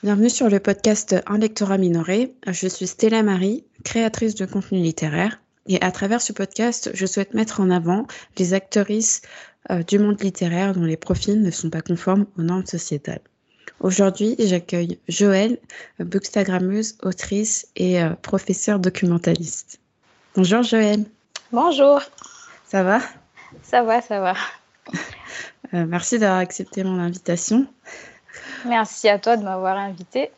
Bienvenue sur le podcast Un lectorat minoré. Je suis Stella Marie, créatrice de contenu littéraire. Et à travers ce podcast, je souhaite mettre en avant les actrices du monde littéraire dont les profils ne sont pas conformes aux normes sociétales. Aujourd'hui, j'accueille Joëlle, bookstagrammeuse, autrice et professeure documentaliste. Bonjour Joëlle. Bonjour. Ça va ? Ça va. Merci d'avoir accepté mon invitation. Merci à toi de m'avoir invitée.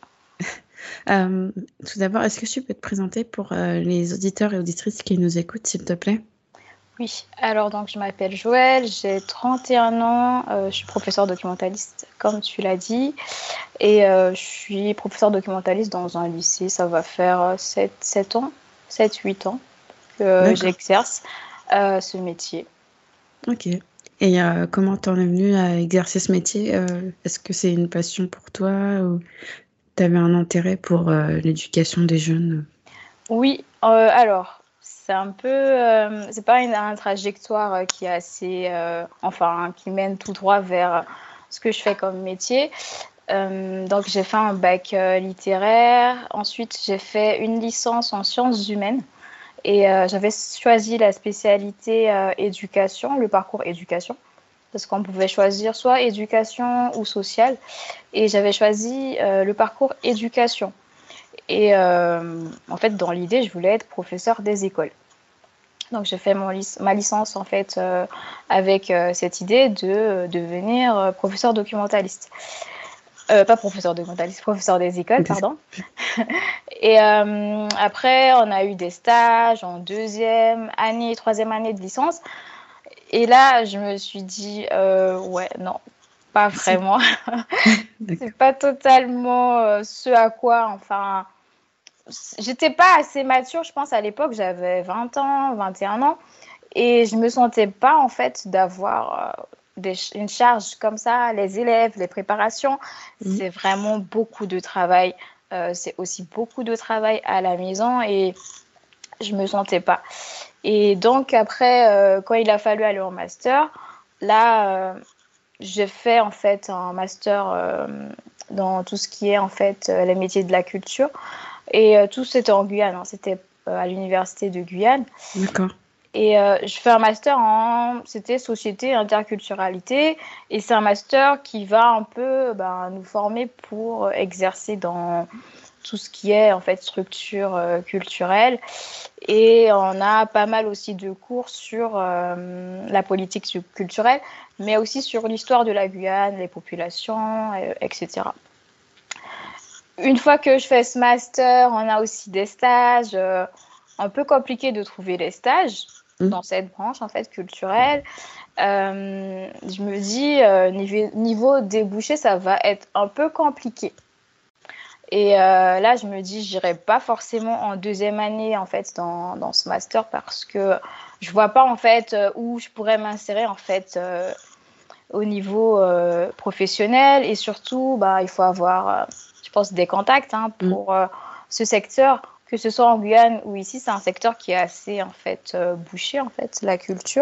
Tout d'abord, est-ce que tu peux te présenter pour les auditeurs et auditrices qui nous écoutent, s'il te plaît ? Oui, alors donc je m'appelle Joëlle, j'ai 31 ans, je suis professeure documentaliste, comme tu l'as dit, et je suis professeure documentaliste dans un lycée, ça va faire 7 ans, 7-8 ans que j'exerce ce métier. Ok. Et comment t'en es venue à exercer ce métier ? Est-ce que c'est une passion pour toi ou tu avais un intérêt pour l'éducation des jeunes ? Oui, alors c'est un peu, c'est pas une trajectoire qui est assez, qui mène tout droit vers ce que je fais comme métier. Donc j'ai fait un bac littéraire, ensuite j'ai fait une licence en sciences humaines et j'avais choisi la spécialité éducation, le parcours éducation, parce qu'on pouvait choisir soit éducation ou social, et j'avais choisi le parcours éducation. Et en fait, dans l'idée, je voulais être professeure des écoles. Donc, j'ai fait ma licence en fait avec cette idée de devenir professeur documentaliste. Pas professeur documentaliste, professeur des écoles, pardon. Et après, on a eu des stages en deuxième année, troisième année de licence. Et là, je me suis dit, ouais, non, pas vraiment. C'est pas totalement ce à quoi, j'étais pas assez mature, je pense, à l'époque. J'avais 20 ans, 21 ans. Et je me sentais pas, en fait, d'avoir une charge comme ça. Les élèves, les préparations, c'est vraiment beaucoup de travail. C'est aussi beaucoup de travail à la maison et je me sentais pas. Et donc, après, quand il a fallu aller en master, là, j'ai fait, en fait, un master dans tout ce qui est, en fait, les métiers de la culture. Et tout c'était en Guyane, hein. C'était à l'université de Guyane. D'accord. Et je fais un master c'était société et interculturalité. Et c'est un master qui va un peu nous former pour exercer dans tout ce qui est en fait structure culturelle. Et on a pas mal aussi de cours sur la politique culturelle, mais aussi sur l'histoire de la Guyane, les populations, etc. Une fois que je fais ce master, on a aussi des stages. Un peu compliqué de trouver les stages dans cette branche en fait culturelle. Je me dis niveau débouché, ça va être un peu compliqué. Et là, je me dis, j'irai pas forcément en deuxième année en fait dans ce master parce que je vois pas en fait où je pourrais m'insérer en fait au niveau professionnel et surtout, il faut avoir je pense, des contacts pour ce secteur, que ce soit en Guyane ou ici, c'est un secteur qui est assez en fait bouché en fait, la culture.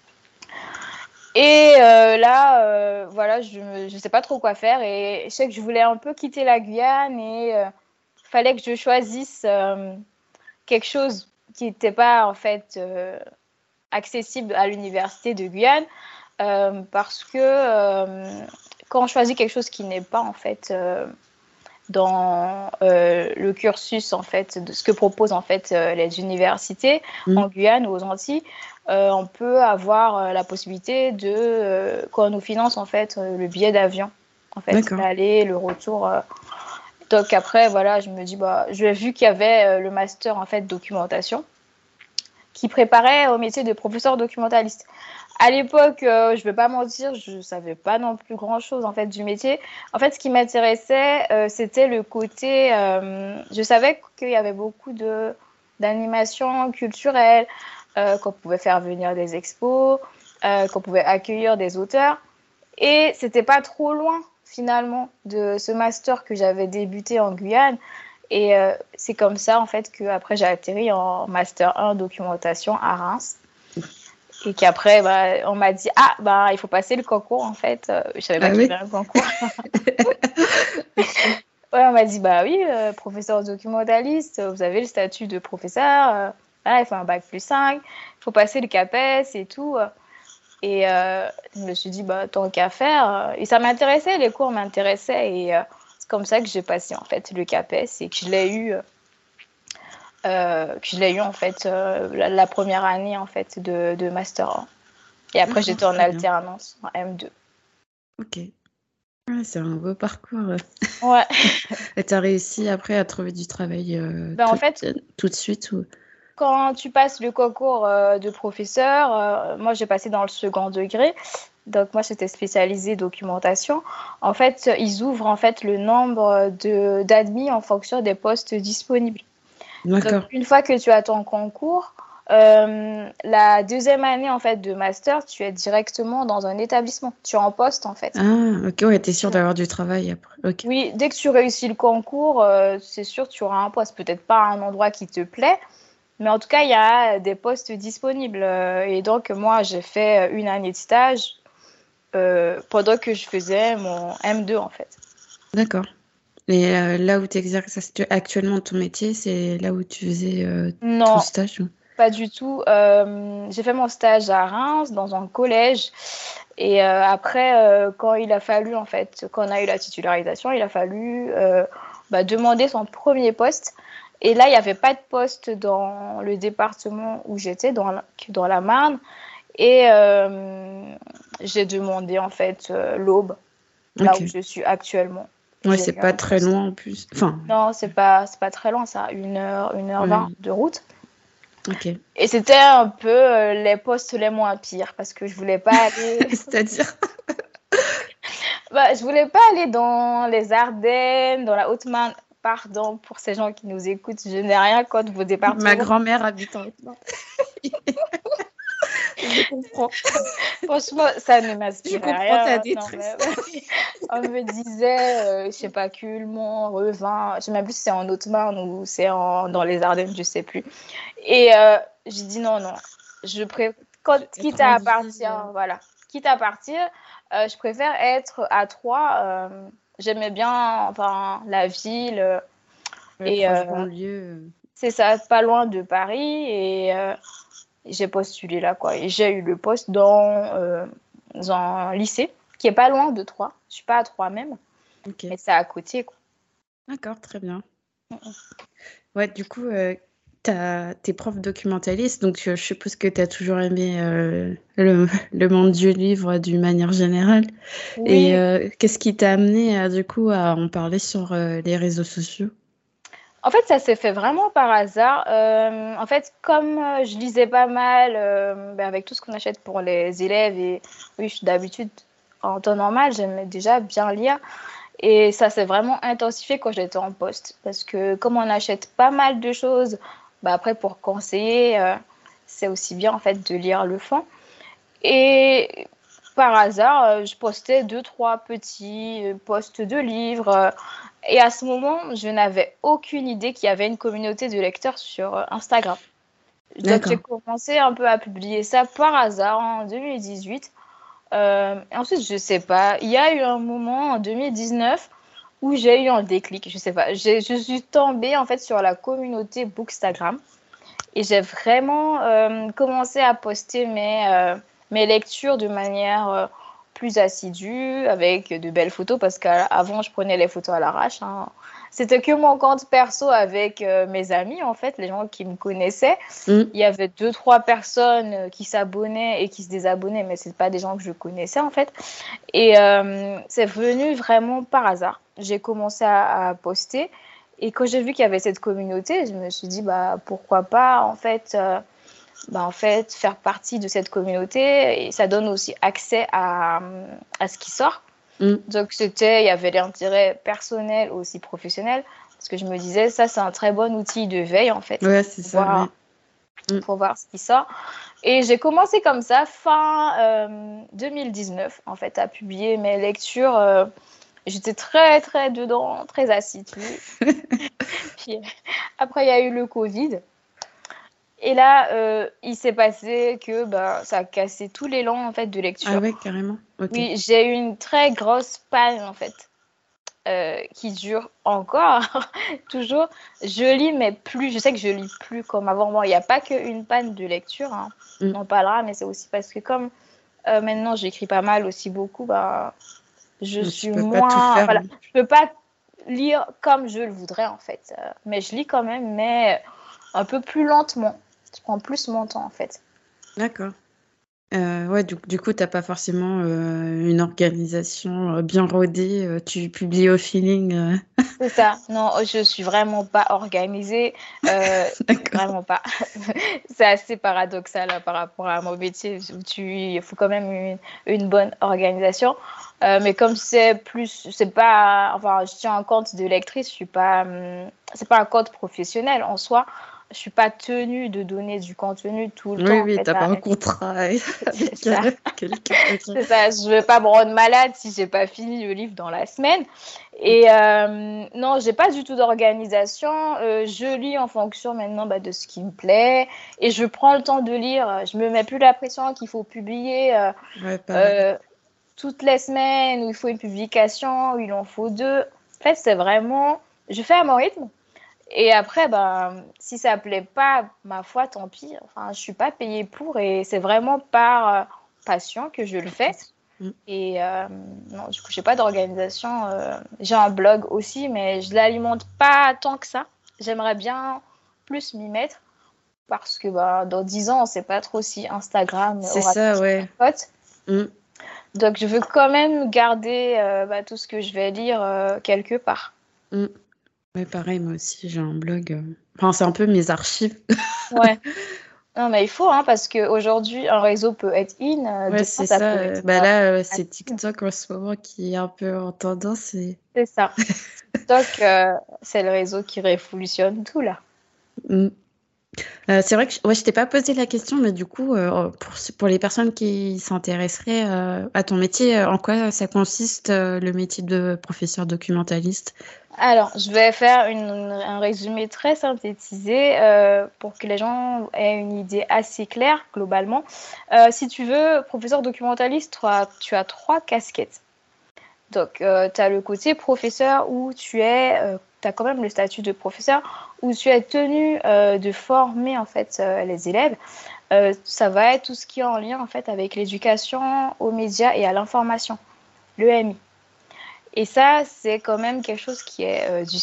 Et là, voilà, je sais pas trop quoi faire et je sais que je voulais un peu quitter la Guyane et fallait que je choisisse quelque chose qui n'était pas en fait accessible à l'université de Guyane parce que quand on choisit quelque chose qui n'est pas en fait dans le cursus en fait de ce que proposent en fait les universités en Guyane ou aux Antilles, on peut avoir la possibilité de qu'on nous finance en fait le billet d'avion en fait, l'aller, le retour. Donc après voilà, je me dis j'ai vu qu'il y avait le master en fait documentation qui préparait au métier de professeur documentaliste. À l'époque, je vais pas mentir, je savais pas non plus grand-chose en fait du métier. En fait, ce qui m'intéressait, c'était le côté. Je savais qu'il y avait beaucoup d'animations culturelles, qu'on pouvait faire venir des expos, qu'on pouvait accueillir des auteurs, et c'était pas trop loin finalement de ce master que j'avais débuté en Guyane. Et c'est comme ça en fait que après j'ai atterri en master 1 documentation à Reims. Et qu'après, on m'a dit il faut passer le concours en fait. Je savais pas qu'il y avait un concours. Ouais, on m'a dit, bah oui, professeur documentaliste, vous avez le statut de professeur. Voilà, il faut un bac plus 5, il faut passer le CAPES et tout. Et je me suis dit, bah, tant qu'à faire. Et ça m'intéressait, les cours m'intéressaient. Et c'est comme ça que j'ai passé, en fait, le CAPES et que je l'ai eu en fait, la première année, en fait, de Master 1. Et après, D'accord, j'étais en très bien. alternance, en M2. Ok. Ouais, c'est un beau parcours. Ouais. Et tu as réussi après à trouver du travail Ben, en fait, tout de suite ou... quand tu passes le concours de professeur, moi j'ai passé dans le second degré, donc moi j'étais spécialisée documentation. En fait, ils ouvrent en fait le nombre d'admis en fonction des postes disponibles. Donc D'accord. une fois que tu as ton concours, la deuxième année en fait de master, tu es directement dans un établissement. Tu es en poste en fait. Ah, ok, ouais, t'es sûr d'avoir du travail après. Ok. Oui, dès que tu réussis le concours, c'est sûr tu auras un poste. Peut-être pas à un endroit qui te plaît, mais en tout cas, il y a des postes disponibles. Et donc, moi, j'ai fait une année de stage pendant que je faisais mon M2, en fait. D'accord. Et là où tu exerces actuellement ton métier, c'est là où tu faisais ton Non, stage ou... pas du tout. J'ai fait mon stage à Reims, dans un collège. Et après, quand il a fallu, en fait, quand on a eu la titularisation, il a fallu demander son premier poste. Et là, il n'y avait pas de poste dans le département où j'étais, dans la Marne. Et j'ai demandé, en fait, l'Aube, là où Ok. je suis actuellement. Ouais, J'ai c'est eu pas un très poste. loin en plus. Enfin, Non, c'est pas très loin, ça. 1h20 ouais. de route. Ok. Et c'était un peu les postes les moins pires parce que je voulais pas aller. C'est-à-dire Je voulais pas aller dans les Ardennes, dans la Haute-Marne. Pardon pour ces gens qui nous écoutent, je n'ai rien contre vos ma départements. grand-mère habite en Haute-Marne. Je comprends. Franchement, ça ne Je m'inspirait comprends ta rien. Non, détresse. mais on me disait, je sais pas, Culmont, Revin. Je sais même plus si c'est en Haute-Marne ou c'est dans les Ardennes, je sais plus. Et j'ai dit non, non. Quitte à 90. partir, voilà, quitte à partir, je préfère être à Troyes. J'aimais bien, enfin, la ville Ouais, et proche banlieue. c'est ça, pas loin de Paris et j'ai postulé là quoi. Et j'ai eu le poste dans un lycée qui est pas loin de Troyes. Je suis pas à Troyes même, Ok. mais c'est à côté quoi. D'accord, très bien. Ouais, du coup, t'es prof documentaliste, donc je suppose que tu as toujours aimé le monde du livre d'une manière générale. Et Oui, qu'est-ce qui t'a amené du coup à en parler sur les réseaux sociaux? en fait, ça s'est fait vraiment par hasard. En fait, comme je lisais pas mal avec tout ce qu'on achète pour les élèves, et oui, d'habitude, en temps normal, j'aimais déjà bien lire. Et ça s'est vraiment intensifié quand j'étais en poste. Parce que comme on achète pas mal de choses, après, pour conseiller, c'est aussi bien en fait de lire le fond. Et par hasard, je postais deux, trois petits posts de livres. Et à ce moment, je n'avais aucune idée qu'il y avait une communauté de lecteurs sur Instagram. Donc j'ai D'accord. commencé un peu à publier ça par hasard en 2018. Et ensuite, je sais pas, il y a eu un moment en 2019 où j'ai eu un déclic. Je sais pas, je suis tombée en fait sur la communauté Bookstagram. Et j'ai vraiment commencé à poster mes lectures de manière plus assidue, avec de belles photos, parce qu'avant, je prenais les photos à l'arrache. Hein. C'était que mon compte perso avec mes amis, en fait, les gens qui me connaissaient. Mm. Il y avait deux, trois personnes qui s'abonnaient et qui se désabonnaient, mais ce pas des gens que je connaissais, en fait. Et c'est venu vraiment par hasard. J'ai commencé à poster. Et quand j'ai vu qu'il y avait cette communauté, je me suis dit, pourquoi pas, en fait, faire partie de cette communauté. Et ça donne aussi accès à ce qui sort. Mm. Donc, il y avait l'intérêt personnel aussi professionnel. Parce que je me disais, ça, c'est un très bon outil de veille, en fait, Ouais, c'est ça, ouais. Mm. pour voir ce qui sort. Et j'ai commencé comme ça, fin 2019, en fait, à publier mes lectures. J'étais très, très dedans, très assidue. Puis après, il y a eu le Covid. Et là, il s'est passé que ça a cassé tous l'élan en fait, de Ah lecture. ouais, carrément. Ok. Oui, j'ai eu une très grosse panne en fait. qui dure encore, toujours. Je lis, mais plus, je sais que je lis plus comme avant. Bon, il n'y a pas qu'une panne de lecture, hein. On en parlera, mais c'est aussi parce que comme maintenant j'écris pas mal aussi beaucoup, bah, je Donc, suis tu peux pas tout faire. voilà, je peux pas lire comme je le voudrais en fait. Mais je lis quand même, mais un peu plus lentement. Je prends plus mon temps en fait. D'accord. Ouais, du coup, t'as pas forcément une organisation bien rodée. Tu publies au feeling. C'est ça. Non, je suis vraiment pas organisée. D'accord. Vraiment pas. C'est assez paradoxal par rapport à mon métier où il faut quand même une bonne organisation. Mais comme c'est pas, enfin, je tiens un compte de lectrice, je suis pas, c'est pas un compte professionnel en soi. Je suis pas tenue de donner du contenu tout le temps en Oui, fait t'as pas un contrat avec c'est ça. quelqu'un. Ok. C'est ça, je vais pas me rendre malade si j'ai pas fini le livre dans la semaine. Et non, j'ai pas du tout d'organisation. Je lis en fonction maintenant de ce qui me plaît et je prends le temps de lire. Je me mets plus la pression qu'il faut publier Ouais, pareil. toutes les semaines où il faut une publication, où il en faut deux. En fait, c'est vraiment, je fais à mon rythme. Et après, si ça plaît pas, ma foi, tant pis. Enfin, je suis pas payée pour et c'est vraiment par passion que je le fais. Mm. Et non, du coup, j'ai pas d'organisation. J'ai un blog aussi, mais je l'alimente pas tant que ça. J'aimerais bien plus m'y mettre parce que dans 10 ans, on sait pas trop si Instagram C'est aura ça, toujours ouais. un pote. Mm. Donc, je veux quand même garder tout ce que je vais lire quelque part. Mm. Ouais, pareil, moi aussi, j'ai un blog. Enfin, c'est un peu mes archives. Ouais. Non, mais il faut, hein, parce qu'aujourd'hui, un réseau peut être Ouais, demain, c'est ça ça. peut être Là, c'est in. TikTok en ce moment qui est un peu en tendance. C'est ça. TikTok, c'est le réseau qui révolutionne tout, là. Mm. C'est vrai que ouais, je t'ai pas posé la question, mais du coup, pour les personnes qui s'intéresseraient à ton métier, en quoi ça consiste le métier de professeur documentaliste? Alors, je vais faire un résumé très synthétisé pour que les gens aient une idée assez claire, globalement. Si tu veux, professeur documentaliste, tu as trois casquettes. Donc, tu as le côté professeur où tu as quand même le statut de professeur, où tu es tenu de former en fait les élèves. Ça va être tout ce qui est en lien en fait avec l'éducation aux médias et à l'information, l'EMI. Et ça, c'est quand même quelque chose qui est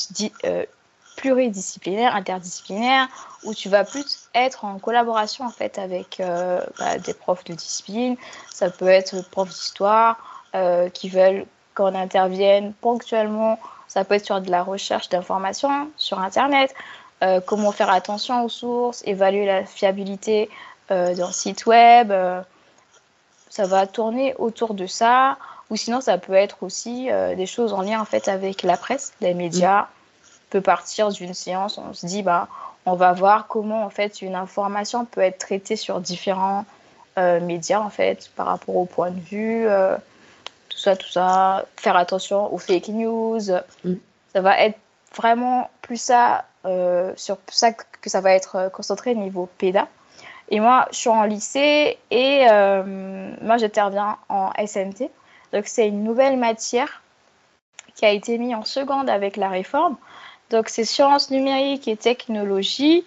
pluridisciplinaire, interdisciplinaire, où tu vas plus être en collaboration en fait avec des profs de discipline. Ça peut être profs d'histoire qui veulent qu'on intervienne ponctuellement. Ça peut être sur de la recherche d'informations sur Internet, comment faire attention aux sources, évaluer la fiabilité d'un site web. Ça va tourner autour de ça. Ou sinon, ça peut être aussi des choses en lien en fait avec la presse, les Mm. médias. On peut partir d'une séance, on se dit on va voir comment en fait une information peut être traitée sur différents médias en fait par rapport au point de vue, tout ça. Faire attention aux fake news. Mm. Ça va être vraiment plus ça sur ça que ça va être concentré niveau PEDA. Et moi, je suis en lycée et moi, j'interviens en SNT. Donc, c'est une nouvelle matière qui a été mise en seconde avec la réforme. Donc, c'est sciences numériques et technologie.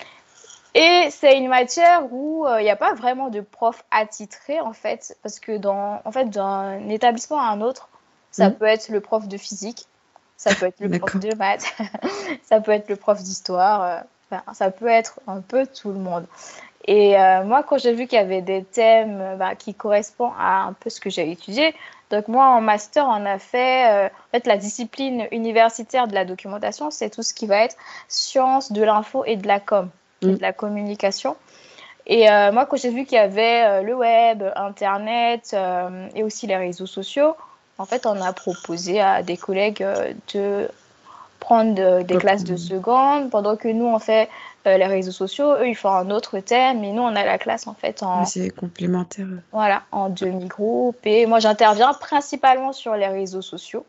Et c'est une matière où il n'y a pas vraiment de prof attitré, en fait, parce que d'un établissement à un autre, ça Mm. peut être le prof de physique, ça peut être le prof D'accord. de maths, ça peut être le prof d'histoire, ça peut être un peu tout le monde. Et moi, quand j'ai vu qu'il y avait des thèmes qui correspondent à un peu ce que j'ai étudié, donc moi, en master, on a fait, en fait, la discipline universitaire de la documentation, c'est tout ce qui va être sciences de l'info et de la com, et Mm. de la communication. Et moi, quand j'ai vu qu'il y avait le web, Internet et aussi les réseaux sociaux, en fait, on a proposé à des collègues de prendre des classes de Reprendre. seconde, pendant que nous, on fait les réseaux sociaux. Eux, ils font un autre thème, et nous, on a la classe, en fait, Oui, c'est complémentaire. voilà, en demi-groupe. Et moi, j'interviens principalement sur les réseaux sociaux.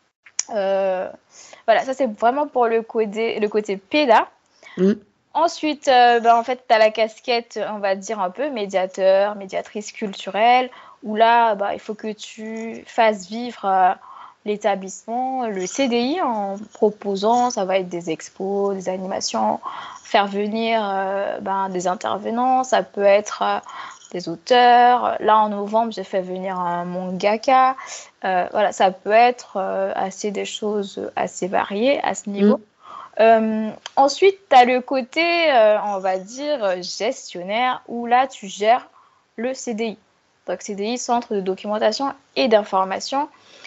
Voilà, ça, c'est vraiment pour le côté PEDA. Mm. Ensuite, en fait, tu as la casquette, on va dire, un peu médiateur, médiatrice culturelle, où là, il faut que tu fasses vivre l'établissement le CDI en proposant, ça va être des expos, des animations, faire venir des intervenants, ça peut être des auteurs. Là, en novembre, j'ai fait venir un mangaka. Voilà, ça peut être des choses assez variées à ce niveau. Ensuite, tu as le côté, on va dire, gestionnaire, où là, tu gères le CDI. Donc, CDI, Centre de documentation et d'information.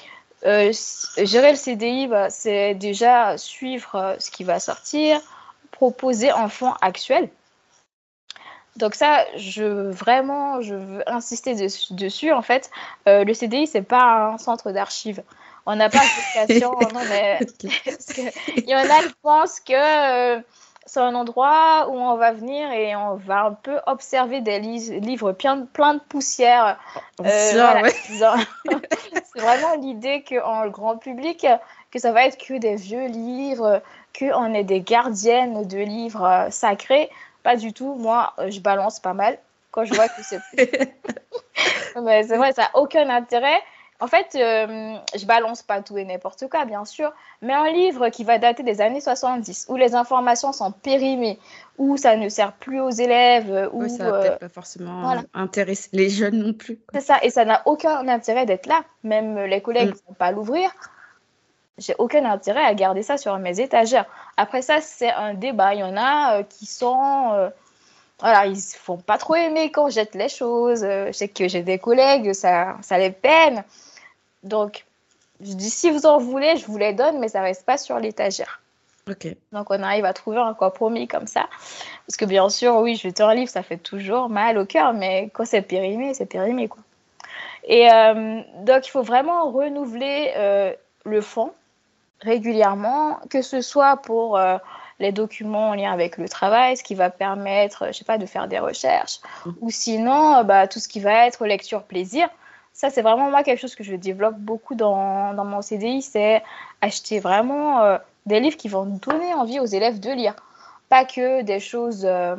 Gérer le CDI, c'est déjà suivre ce qui va sortir, proposer en fonds actuels. Donc ça, je veux insister dessus. En fait, le CDI, c'est pas un centre d'archives. On n'a pas vocation, non mais il y en a qui pensent que c'est un endroit où on va venir et on va un peu observer des livres plein de poussière. Voilà. Ouais. C'est vraiment l'idée qu'en grand public, que ça va être que des vieux livres, qu'on est des gardiennes de livres sacrés. Pas du tout. Moi, je balance pas mal quand je vois que c'est plus. Mais c'est vrai, ça n'a aucun intérêt. En fait, je balance pas tout et n'importe quoi, bien sûr, mais un livre qui va dater des années 70, où les informations sont périmées, où ça ne sert plus aux élèves, où ça va peut-être pas forcément intéresser les jeunes non plus. C'est ça, et ça n'a aucun intérêt d'être là. Même les collègues ne vont pas l'ouvrir. J'ai aucun intérêt à garder ça sur mes étagères. Après ça, c'est un débat. Il y en a qui sont... ils ne font pas trop aimer quand je jette les choses. Je sais que j'ai des collègues, ça les peine. Donc, je dis, si vous en voulez, je vous les donne, mais ça ne reste pas sur l'étagère. Okay. Donc, on arrive à trouver un compromis comme ça. Parce que bien sûr, oui, jeter un livre, ça fait toujours mal au cœur, mais quand c'est périmé, quoi. Et donc, il faut vraiment renouveler le fonds régulièrement, que ce soit pour les documents en lien avec le travail, ce qui va permettre, de faire des recherches, ou sinon, tout ce qui va être lecture plaisir. Ça, c'est vraiment moi quelque chose que je développe beaucoup dans mon CDI, c'est acheter vraiment des livres qui vont donner envie aux élèves de lire. Pas que des choses,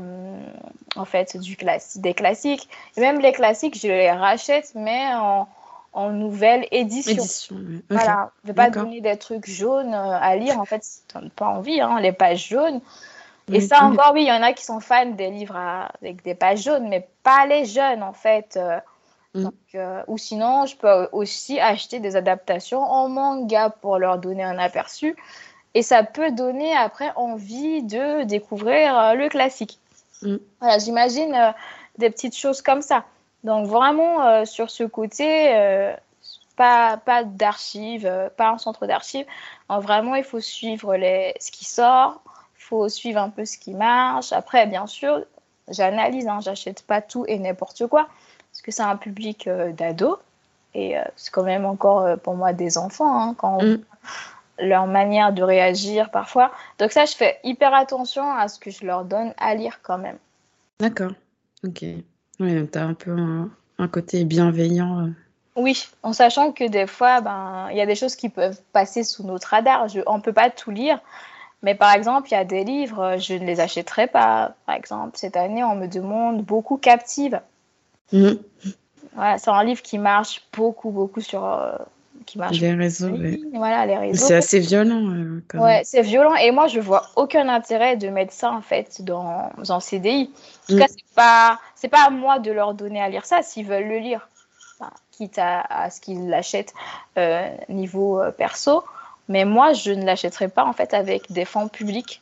des classiques. Et même les classiques, je les rachète, mais en nouvelle édition. Okay. Voilà, je ne vais pas donner des trucs jaunes à lire, en fait, si tu n'as pas envie, les pages jaunes. Et ça encore, oui, il y en a qui sont fans des livres avec des pages jaunes, mais pas les jeunes, en fait. Ou sinon, je peux aussi acheter des adaptations en manga pour leur donner un aperçu. Et ça peut donner après envie de découvrir le classique. Voilà, j'imagine des petites choses comme ça. Donc vraiment, sur ce côté, pas d'archives, pas un centre d'archives. Vraiment, il faut suivre ce qui sort. Il faut suivre un peu ce qui marche. Après, bien sûr, j'analyse. J'achète pas tout et n'importe quoi. Parce que c'est un public d'ados. Et c'est quand même encore pour moi des enfants. Quand on voit leur manière de réagir parfois. Donc ça, je fais hyper attention à ce que je leur donne à lire quand même. D'accord. Ok. Oui, donc tu as un peu un côté bienveillant. Oui, en sachant que des fois, y a des choses qui peuvent passer sous notre radar. On ne peut pas tout lire. Mais par exemple, il y a des livres, je ne les achèterai pas. Par exemple, cette année, on me demande beaucoup Captive. Voilà, c'est un livre qui marche beaucoup sur... les réseaux. Voilà, les réseaux. C'est assez violent. Quand même. C'est violent. Et moi, je vois aucun intérêt de mettre ça, en fait, dans un CDI. En tout cas, c'est pas à moi de leur donner à lire ça s'ils veulent le lire. Quitte à ce qu'ils l'achètent niveau perso. Mais moi, je ne l'achèterai pas, en fait, avec des fonds publics.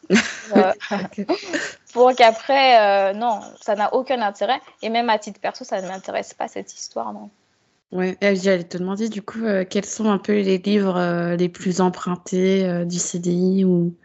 Pour qu'après, non, ça n'a aucun intérêt. Et même à titre perso, ça ne m'intéresse pas, cette histoire, non. Ouais, j'allais te demander du coup quels sont un peu les livres les plus empruntés du CDI ou...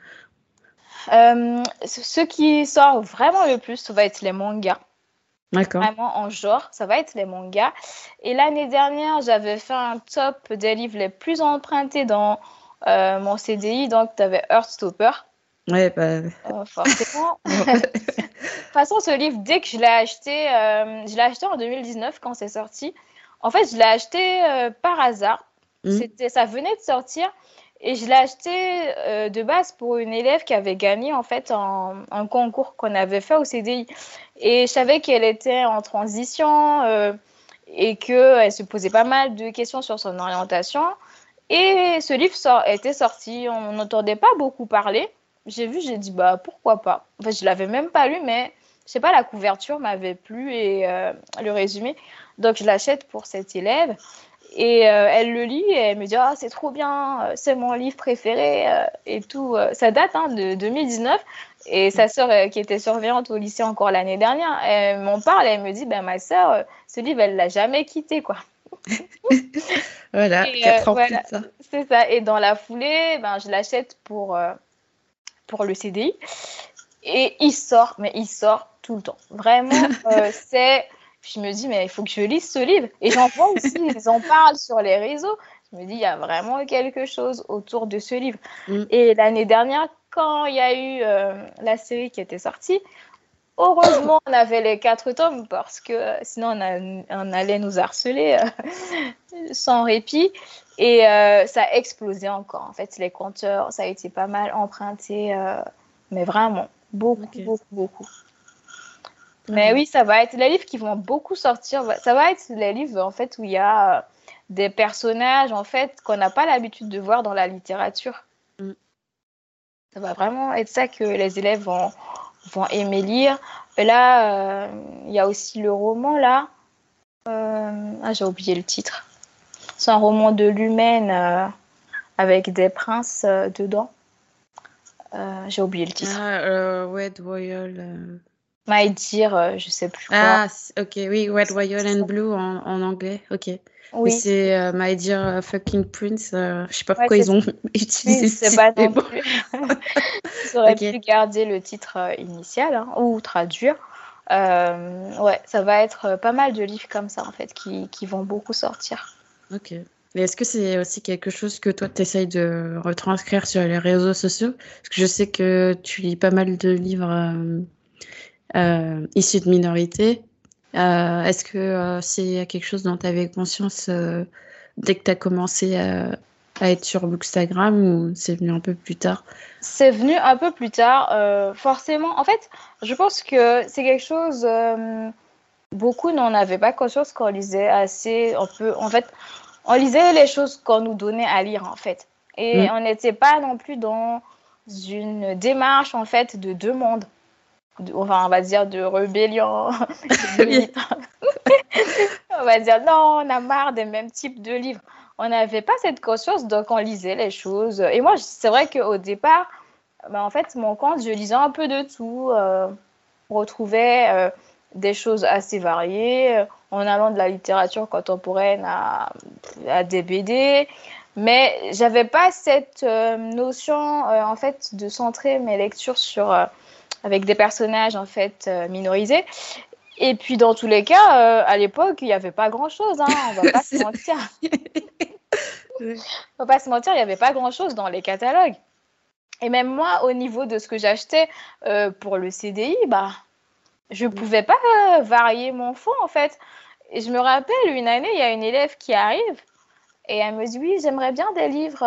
Ce qui sort vraiment le plus, ça va être les mangas. D'accord. Vraiment en genre, ça va être les mangas. Et l'année dernière, j'avais fait un top des livres les plus empruntés dans mon CDI. Donc, tu avais Heartstopper. Ouais, forcément. De toute façon, ce livre, dès que je l'ai acheté en 2019 quand c'est sorti. En fait, je l'ai acheté par hasard. Ça venait de sortir. Et je l'ai acheté de base pour une élève qui avait gagné en fait un concours qu'on avait fait au CDI. Et je savais qu'elle était en transition et qu'elle se posait pas mal de questions sur son orientation. Et ce livre était sorti, on n'entendait pas beaucoup parler. J'ai dit, bah pourquoi pas. Enfin, je l'avais même pas lu, mais je sais pas, la couverture m'avait plu et le résumé. Donc, je l'achète pour cette élève. Et elle le lit et elle me dit, ah, c'est trop bien, c'est mon livre préféré et tout. Ça date de 2019. Et sa sœur, qui était surveillante au lycée encore l'année dernière, elle m'en parle et elle me dit, ben, ma sœur, ce livre, elle l'a jamais quitté, quoi. Voilà, Et 4 ans plus voilà, tard. c'est ça. Et dans la foulée, ben, je l'achète pour le CDI. Et il sort tout le temps. Vraiment, je me dis, mais il faut que je lise ce livre. Et j'en vois aussi, ils en parlent sur les réseaux. Je me dis, il y a vraiment quelque chose autour de ce livre. Et l'année dernière, quand il y a eu la série qui était sortie, heureusement, on avait les 4 tomes parce que sinon, on allait nous harceler sans répit. Et ça a explosé encore. En fait, les compteurs, ça a été pas mal emprunté, mais vraiment, beaucoup. Mais oui, ça va être les livres qui vont beaucoup sortir. Ça va être les livres en fait où il y a des personnages en fait qu'on n'a pas l'habitude de voir dans la littérature. Ça va vraiment être ça que les élèves vont aimer lire. Et là, il y a aussi le roman là. J'ai oublié le titre. C'est un roman de l'humaine avec des princes dedans. J'ai oublié le titre. Red Royal. My Dear, je sais plus quoi. Ah, ok, oui, Red Royal and Blue en anglais, ok. Oui. Mais c'est My Dear Fucking Prince. Je sais pas pourquoi ils ont utilisé ce titre. Pas non plus. Ils auraient pu garder le titre initial ou traduire. Ouais, ça va être pas mal de livres comme ça en fait qui vont beaucoup sortir. Ok. Et est-ce que c'est aussi quelque chose que toi tu essayes de retranscrire sur les réseaux sociaux? Parce que je sais que tu lis pas mal de livres issus de minorités. Est-ce que c'est quelque chose dont tu avais conscience dès que tu as commencé à être sur Bookstagram ou c'est venu un peu plus tard? C'est venu un peu plus tard, forcément. En fait, je pense que c'est quelque chose. Beaucoup n'en avaient pas conscience qu'on lisait assez. En fait, on lisait les choses qu'on nous donnait à lire, en fait. Et on n'était pas non plus dans une démarche, en fait, de demande. Enfin, on va dire de rébellion. On va dire, non, on a marre des mêmes types de livres. On n'avait pas cette conscience, donc on lisait les choses. Et moi, c'est vrai qu'au départ, en fait, mon compte, je lisais un peu de tout. On retrouvait des choses assez variées, en allant de la littérature contemporaine à des BD. Mais j'avais pas cette notion, en fait, de centrer mes lectures avec des personnages, en fait, minorisés. Et puis, dans tous les cas, à l'époque, il n'y avait pas grand-chose, on va pas se mentir. On va pas se mentir, il n'y avait pas grand-chose dans les catalogues. Et même moi, au niveau de ce que j'achetais pour le CDI, je pouvais pas varier mon fond, en fait. Et je me rappelle, une année, il y a une élève qui arrive et elle me dit, oui, j'aimerais bien des livres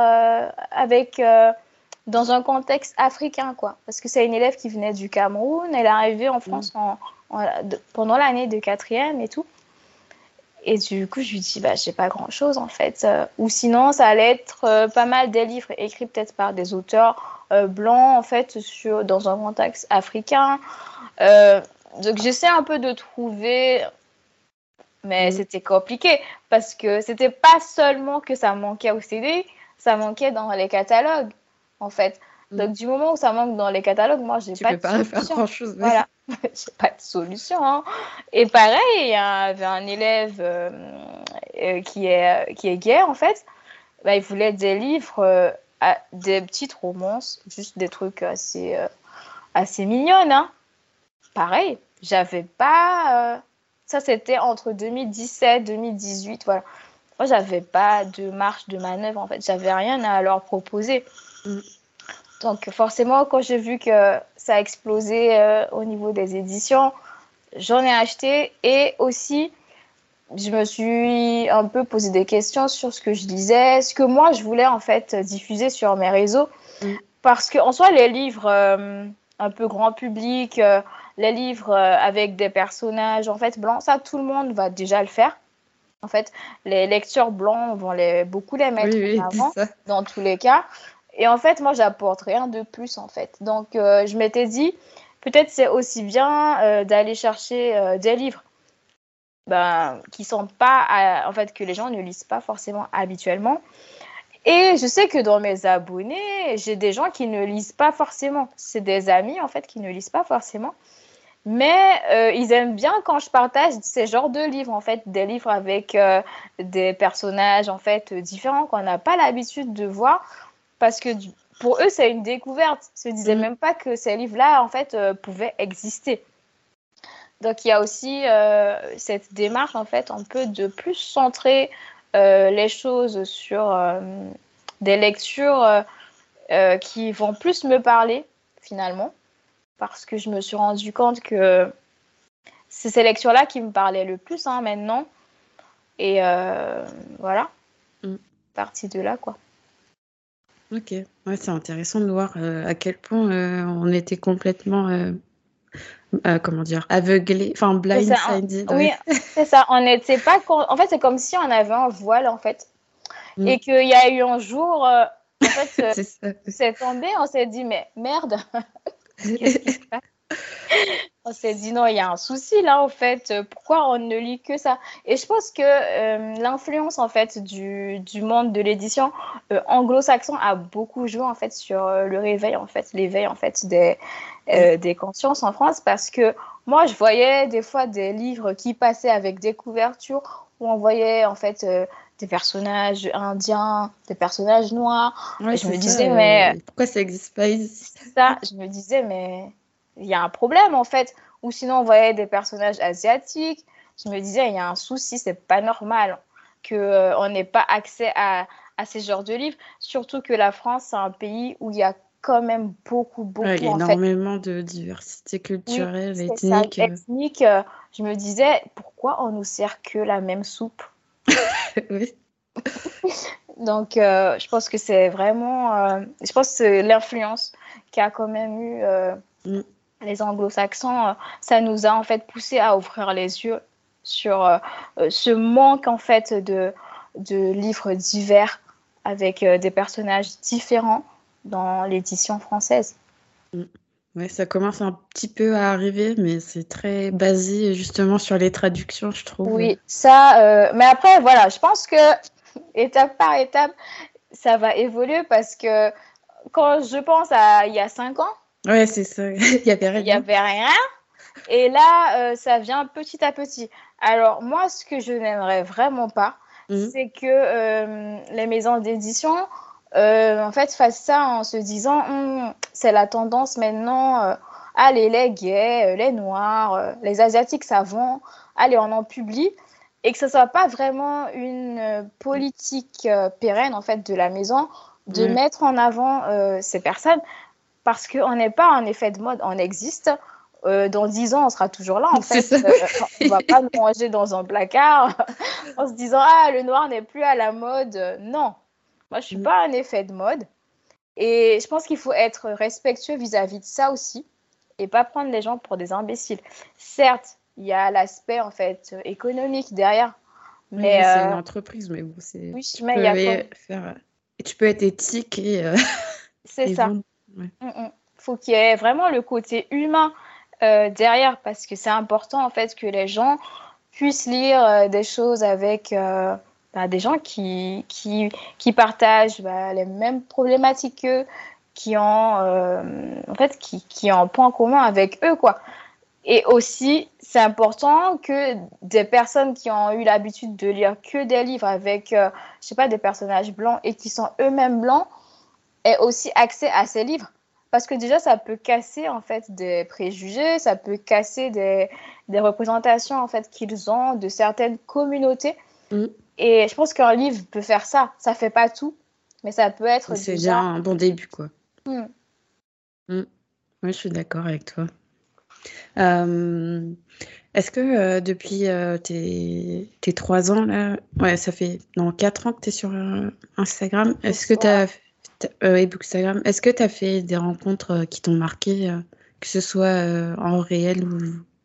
dans un contexte africain, quoi. Parce que c'est une élève qui venait du Cameroun. Elle est arrivée en France pendant l'année de 4e et tout. Et du coup, je lui dis, j'ai pas grand-chose, en fait. Ou sinon, ça allait être pas mal des livres écrits peut-être par des auteurs blancs, en fait, dans un contexte africain. Donc, j'essaie un peu de trouver, mais c'était compliqué parce que c'était pas seulement que ça manquait au CD, ça manquait dans les catalogues, en fait. Donc, du moment où ça manque dans les catalogues, moi, j'ai pas de solution. Tu peux pas faire grand-chose. Voilà, j'ai pas de solution. Et pareil, il y avait un élève qui est gay, en fait. Il voulait des livres, des petites romances, juste des trucs assez mignonnes, Pareil, j'avais pas. Ça, c'était entre 2017 2018, voilà. Moi, j'avais pas de marge de manœuvre, en fait. J'avais rien à leur proposer. Donc, forcément, quand j'ai vu que ça a explosé au niveau des éditions, j'en ai acheté. Et aussi, je me suis un peu posé des questions sur ce que je lisais, ce que moi, je voulais, en fait, diffuser sur mes réseaux. Parce qu'en soi, les livres un peu grand public, les livres avec des personnages en fait blancs, ça tout le monde va déjà le faire. En fait, les lecteurs blancs vont beaucoup les mettre Oui, en dis avant, ça. dans tous les cas. Et en fait, moi, j'apporte rien de plus, en fait. Donc, je m'étais dit, peut-être c'est aussi bien d'aller chercher des livres qui sont pas, en fait, que les gens ne lisent pas forcément habituellement. Et je sais que dans mes abonnés, j'ai des gens qui ne lisent pas forcément. C'est des amis, en fait, qui ne lisent pas forcément. Mais ils aiment bien quand je partage ces genres de livres, en fait, des livres avec des personnages, en fait, différents qu'on n'a pas l'habitude de voir. Parce que pour eux, c'est une découverte. Ils se disaient même pas que ces livres-là, en fait, pouvaient exister. Donc, il y a aussi cette démarche, en fait, un peu de plus centrer les choses sur des lectures qui vont plus me parler, finalement, parce que je me suis rendu compte que c'est ces lectures-là qui me parlaient le plus maintenant. Et voilà, partie de là, quoi. Ok, ouais, c'est intéressant de voir à quel point on était complètement, comment dire, aveuglés, enfin C'est ça, blindsided. oui, c'est ça. On n'était pas. En fait, c'est comme si on avait un voile, en fait. Mm. Et qu'il y a eu un jour, en fait, C'est ça. c'est tombé, on s'est dit, mais merde, qu'est-ce qui se passe? On s'est dit, non, il y a un souci là, en fait. Pourquoi on ne lit que ça? Et je pense que l'influence, en fait, du monde de l'édition anglo-saxon a beaucoup joué, en fait, sur le réveil, en fait, l'éveil, en fait, des consciences en France. Parce que moi, je voyais des fois des livres qui passaient avec des couvertures où on voyait, en fait, des personnages indiens, des personnages noirs. Ouais, Et je c'est me ça. disais, mais Pourquoi ça n'existe pas ici? ça, je me disais, mais il y a un problème en fait. Ou sinon, on voyait des personnages asiatiques. Je me disais, il y a un souci, c'est pas normal qu'on on n'ait pas accès à ces genres de livres. Surtout que la France, c'est un pays où il y a quand même beaucoup, Ouais, il y beaucoup a en fait. énormément de diversité Oui, culturelle, c'est ça, ethnique. ethnique. Je me disais, pourquoi on nous sert que la même soupe? Oui. Donc, je pense que c'est vraiment, je pense que c'est l'influence qui a quand même eu Mm. les anglo-saxons, ça nous a en fait poussé à ouvrir les yeux sur ce manque en fait de livres divers avec des personnages différents dans l'édition française. Mm. Ouais, ça commence un petit peu à arriver, mais c'est très basé justement sur les traductions, je trouve. Oui, ça, mais après, voilà, je pense que étape par étape, ça va évoluer parce que quand je pense à il y a 5 ans, Ouais, c'est ça. Il y avait il n'y rien. avait rien. Et là, ça vient petit à petit. Alors, moi, ce que je n'aimerais vraiment pas, Mm. c'est que les maisons d'édition, en fait, fassent ça en se disant, c'est la tendance maintenant, allez, les gays, les noirs, les asiatiques, ça vend, allez, on en publie. Et que ce ne soit pas vraiment une politique pérenne, en fait, de la maison, de Ouais. mettre en avant ces personnes, parce qu'on n'est pas en effet de mode, on existe. Dans 10 ans, on sera toujours là, en C'est fait. ça. On va pas nous ranger dans un placard en se disant, ah, le noir n'est plus à la mode. Non, moi, je suis Mm. pas un effet de mode. Et je pense qu'il faut être respectueux vis-à-vis de ça aussi et pas prendre les gens pour des imbéciles. Certes, il y a l'aspect, en fait, économique derrière. Oui, Mais oui, c'est une entreprise, mais bon, oui, tu mais il y peux a comme... faire, et tu peux être éthique C'est et ça. vendre. Ouais. Faut qu'il y ait vraiment le côté humain derrière parce que c'est important en fait que les gens puissent lire des choses avec des gens qui partagent les mêmes problématiques qu'eux, qui ont en fait qui ont un point commun avec eux quoi. Et aussi, c'est important que des personnes qui ont eu l'habitude de lire que des livres avec, je sais pas, des personnages blancs et qui sont eux-mêmes blancs, aient aussi accès à ces livres. Parce que déjà, ça peut casser en fait des préjugés, ça peut casser des représentations en fait qu'ils ont de certaines communautés. Mm. Et je pense qu'un livre peut faire ça. Ça fait pas tout, mais ça peut être C'est déjà. déjà un bon début, quoi. Hmm. Mm. Oui, je suis d'accord avec toi. Euh, Est-ce que depuis tes 3 ans, là, ouais, ça fait 4 ans que tu es sur Instagram, est-ce que tu Voilà. as, et Bookstagram, est-ce que tu as fait des rencontres qui t'ont marqué, que ce soit en réel ou...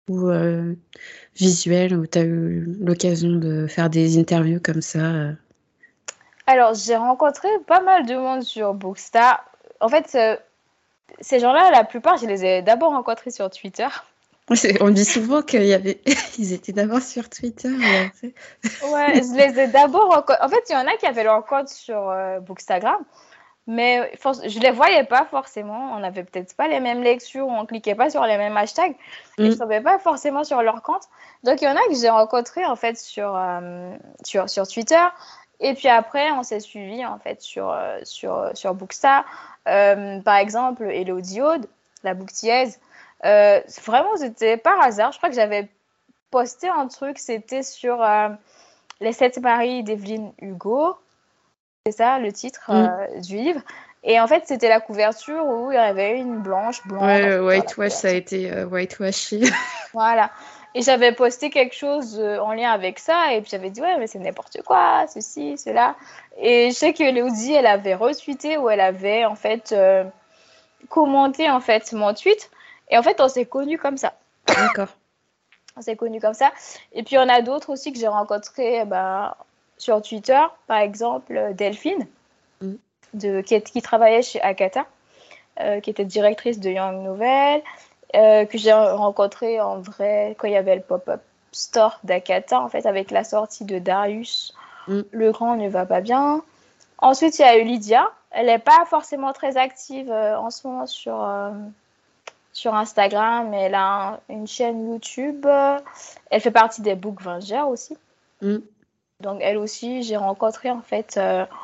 ou visuel, où tu as eu l'occasion de faire des interviews comme ça? Alors, j'ai rencontré pas mal de monde sur Bookstar. En fait, ces gens-là, la plupart, je les ai d'abord rencontrés sur Twitter. On dit souvent qu'ils y avait... ils étaient d'abord sur Twitter et après... Ouais, je les ai d'abord rencontrés. En fait, il y en a qui avaient leur compte sur Bookstagram, mais je les voyais pas forcément. On n'avait peut-être pas les mêmes lectures, on cliquait pas sur les mêmes hashtags, et je tombais pas forcément sur leur compte. Donc, il y en a que j'ai rencontrés en fait sur Twitter. Et puis après, on s'est suivis en fait sur Bookstar. Par exemple, Elodie Aude, la booktiaise. Vraiment, c'était par hasard. Je crois que j'avais posté un truc, c'était sur Les Sept Maris d'Evelyne Hugo. C'est ça le titre du livre. Et en fait, c'était la couverture où il y avait une blanche. Ouais, Sur la whitewash, ça a couverture. été whitewashé. Voilà. Et j'avais posté quelque chose en lien avec ça. Et puis j'avais dit, ouais, mais c'est n'importe quoi, ceci, cela. Et je sais que Léodie, elle avait retweeté ou elle avait en fait commenté en fait mon tweet. Et en fait, on s'est connus comme ça. D'accord. On s'est connus comme ça. Et puis, il y en a d'autres aussi que j'ai rencontrés sur Twitter. Par exemple, Delphine, Mm. qui travaillait chez Akata, qui était directrice de Young Novel, que j'ai rencontrée en vrai quand il y avait le pop-up store d'Akata, en fait, avec la sortie de Darius. Mm. Le grand ne va pas bien. Ensuite, il y a eu Lydia. Elle n'est pas forcément très active en ce moment sur Instagram, mais elle a une chaîne YouTube. Elle fait partie des Bookvengers aussi. Mm. Donc elle aussi, j'ai rencontré en fait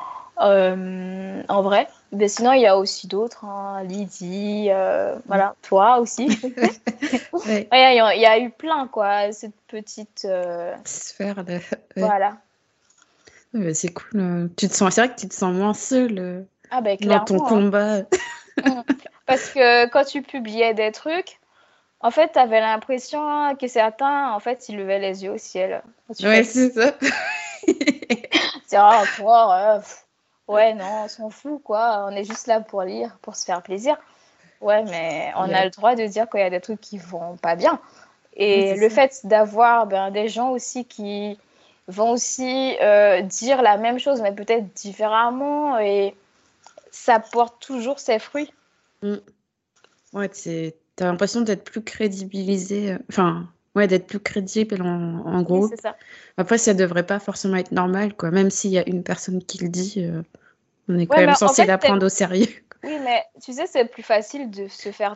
en vrai. Mais sinon, il y a aussi d'autres, hein, Lydie, Mm. voilà, toi aussi. Ouais, Il y a eu plein, quoi, cette petite... sphère, là. Ouais. voilà. Ouais, bah, c'est cool. C'est vrai que tu te sens moins seule Ah ben dans ton clairement, hein. combat. Mm. Parce que quand tu publiais des trucs, en fait, tu avais l'impression que certains, en fait, ils levaient les yeux au ciel. Quand tu Ouais, fais c'est ça. c'est encore, ouais, non, on s'en fout, quoi. On est juste là pour lire, pour se faire plaisir. Ouais, mais on a Ouais, le droit de dire qu'il y a des trucs qui vont pas bien. ouais, Et c'est le ça. fait d'avoir des gens aussi qui vont aussi dire la même chose, mais peut-être différemment, et ça porte toujours ses fruits. Mm. Ouais, t'as l'impression d'être plus crédibilisé. Enfin, ouais, d'être plus crédible en Oui, c'est groupe. ça. Après, ça devrait pas forcément être normal, quoi. Même s'il y a une personne qui le dit, on est quand Ouais, mais même en censé fait, la prendre au sérieux. oui, mais tu sais, c'est plus facile de se faire,